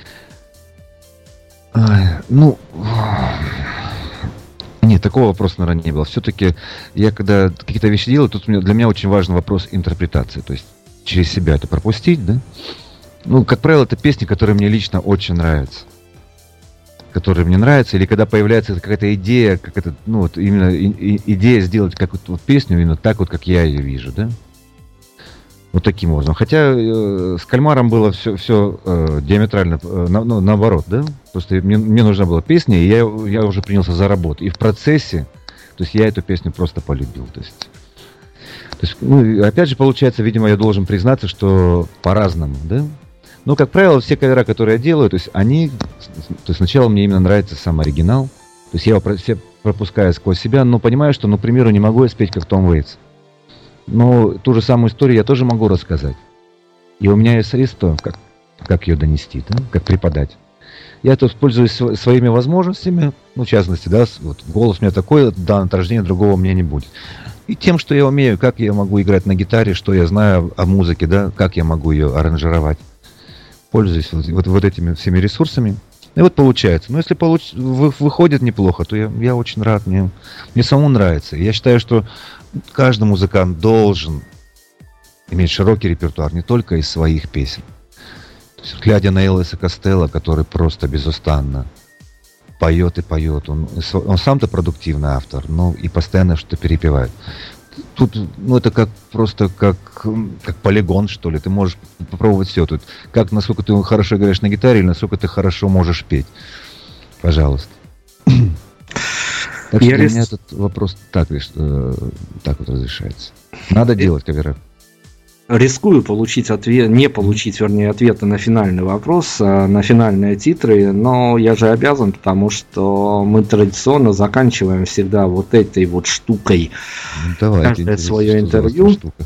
А, ну... Нет, такого вопроса, наверное, не было. Все-таки я, когда какие-то вещи делаю, тут для меня очень важен вопрос интерпретации. То есть через себя это пропустить, да? Ну, как правило, это песни, которые мне лично очень нравятся. Которые мне нравятся. Или когда появляется какая-то идея, как это, ну, вот именно и, и, идея сделать как вот, вот песню именно так вот, как я ее вижу, да? Вот таким образом. Хотя э, с Кальмаром было все, все э, диаметрально э, на, ну, наоборот, да? Просто мне, мне нужна была песня, и я, я уже принялся за работу. И в процессе, то есть я эту песню просто полюбил. То есть, то есть ну, опять же, получается, видимо, я должен признаться, что по-разному, да? Но, как правило, все кавера, которые я делаю, то есть они... То есть сначала мне именно нравится сам оригинал. То есть я его все пропускаю сквозь себя, но понимаю, что, ну, к примеру, не могу я спеть, как Том Уэйтс. Но ту же самую историю я тоже могу рассказать. И у меня есть средства, как, как ее донести, да? Как преподать. Я тут пользуюсь своими возможностями, ну, в частности, да, вот голос у меня такой, да, от рождения другого у меня не будет. И тем, что я умею, как я могу играть на гитаре, что я знаю о музыке, да, как я могу ее аранжировать. Пользуюсь вот, вот, вот этими всеми ресурсами. И вот получается. Но если получ... вы, выходит неплохо, то я, я очень рад. Мне, мне самому нравится. И я считаю, что каждый музыкант должен иметь широкий репертуар, не только из своих песен. То есть, глядя на Элвиса Костелло, который просто безустанно поет и поет. Он, он сам-то продуктивный автор, но и постоянно что-то перепевает. Тут, ну, это как просто как, как полигон, что ли. Ты можешь попробовать все тут. Как, насколько ты хорошо играешь на гитаре, или насколько ты хорошо можешь петь. Пожалуйста. Так что для меня этот вопрос так, так вот разрешается. Надо делать кавера. Рискую получить ответ, не получить, вернее, ответа на финальный вопрос, на финальные титры, но я же обязан, потому что мы традиционно заканчиваем всегда вот этой вот штукой. Давайте, каждое свое интервью. Штука?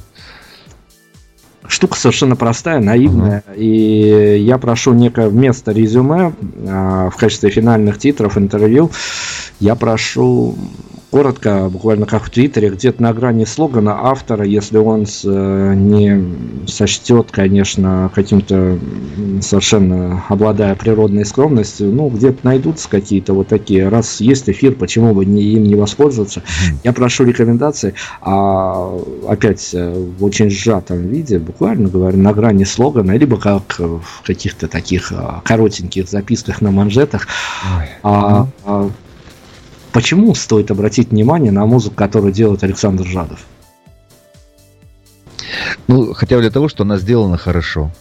штука совершенно простая, наивная, uh-huh. и я прошу некое вместо резюме в качестве финальных титров интервью, я прошу коротко, буквально как в Твиттере, где-то на грани слогана автора, если он с, не сочтет, конечно, каким-то совершенно обладая природной скромностью, ну, где-то найдутся какие-то вот такие, раз есть эфир, почему бы не, им не воспользоваться. Я прошу рекомендации, а опять в очень сжатом виде, буквально говорю, на грани слогана, либо как в каких-то таких коротеньких записках на манжетах. А, а, Почему стоит обратить внимание на музыку, которую делает Александр Жадов? Ну, хотя бы для того, что она сделана хорошо.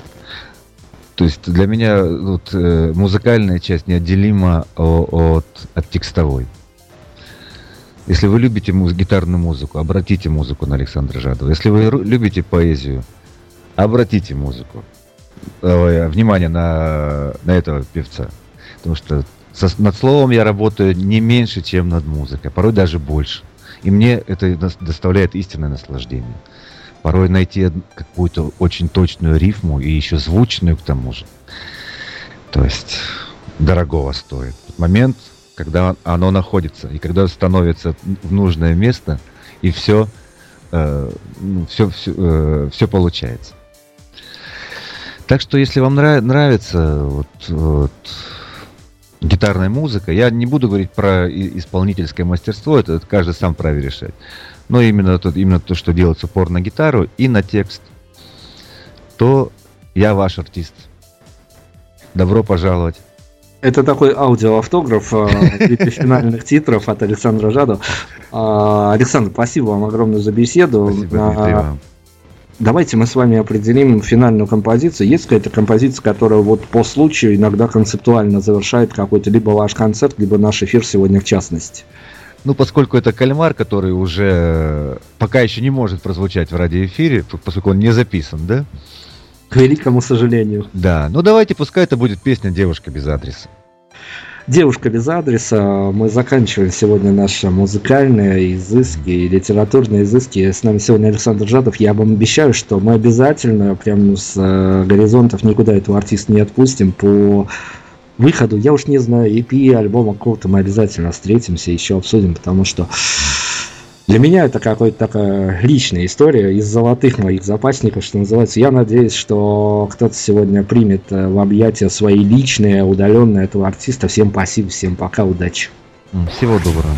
То есть для меня вот, э, музыкальная часть неотделима от, от текстовой. Если вы любите муз- гитарную музыку, обратите музыку на Александра Жадова. Если вы ру- любите поэзию, обратите музыку. Э, внимание на, на этого певца. Потому что Со, над словом я работаю не меньше, чем над музыкой, порой даже больше. И мне это доставляет истинное наслаждение. Порой найти какую-то очень точную рифму и еще звучную к тому же. То есть дорогого стоит. Момент, когда оно находится, и когда становится в нужное место, и все, э, все, все, э, все получается. Так что, если вам нрав- нравится вот, вот, гитарная музыка, я не буду говорить про исполнительское мастерство, это, это каждый сам вправе решать. Но именно то, именно то, что делается упор на гитару и на текст, то я ваш артист. Добро пожаловать. Это такой аудиоавтограф э, финальных титров от Александра Жадова. Александр, спасибо вам огромное за беседу. Спасибо, Дмитрий, вам. Давайте мы с вами определим финальную композицию. Есть какая-то композиция, которая вот по случаю иногда концептуально завершает какой-то либо ваш концерт, либо наш эфир сегодня в частности? Ну, поскольку это кальмар, который уже пока еще не может прозвучать в радиоэфире, поскольку он не записан, да? К великому сожалению. Да, ну давайте, пускай это будет песня «Девушка без адреса». «Девушка без адреса». Мы заканчиваем сегодня наши музыкальные изыски и литературные изыски. С нами сегодня Александр Жадов. Я вам обещаю, что мы обязательно прямо с э, горизонтов никуда этого артиста не отпустим. По выходу, я уж не знаю, и пи, альбома какого-то мы обязательно встретимся, еще обсудим, потому что для меня это какая-то такая личная история из золотых моих запасников, что называется. Я надеюсь, что кто-то сегодня примет в объятия свои личные, удаленные этого артиста. Всем спасибо, всем пока, удачи. Всего доброго.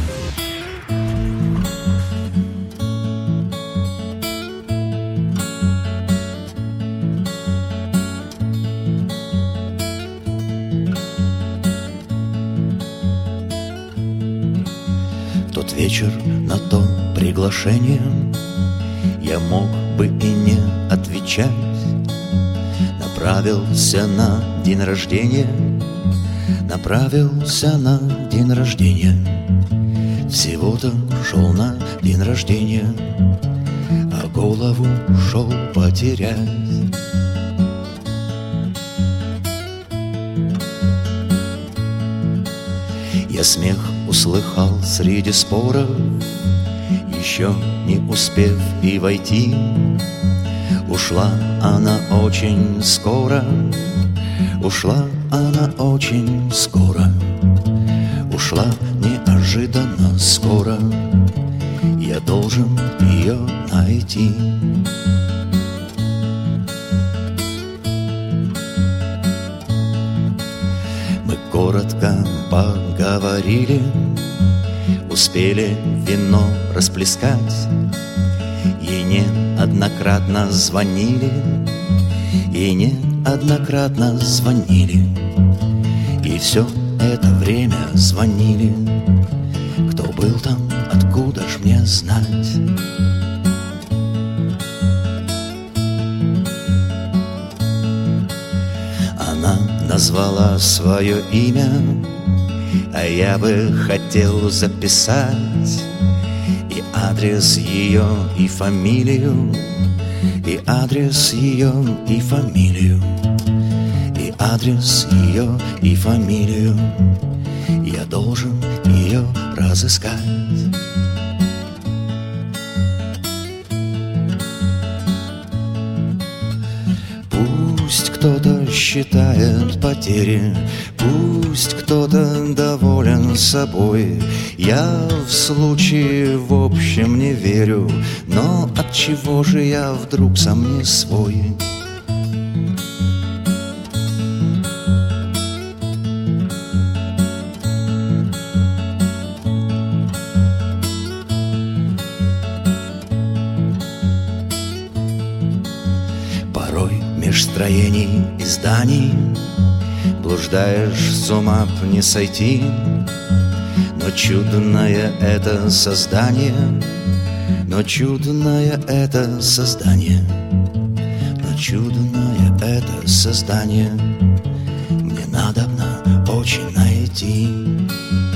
Тот вечер на то приглашение я мог бы и не ответить. встречать, направился на день рождения, направился на день рождения. Всего-то шел на день рождения, а голову шел потерять. Я смех услыхал среди споров, еще не успев и войти. Ушла она очень скоро, ушла она очень скоро, ушла неожиданно скоро. Я должен ее найти. Мы коротко поговорили, успели вино расплескать. Ей неоднократно звонили, и неоднократно звонили, и все это время звонили. Кто был там, откуда ж мне знать? Она назвала свое имя, а я бы хотел записать и адрес ее, и фамилию, и адрес ее, и фамилию, и адрес ее, и фамилию. Я должен ее разыскать. Пусть кто-то считает потери, пусть кто-то доволен собой. Я в случае в общем не верю, но отчего же я вдруг сам не свой? Меж строений и зданий блуждаешь, с ума б не сойти. Но чудное это создание, но чудное это создание, но чудное это создание мне надобно очень найти.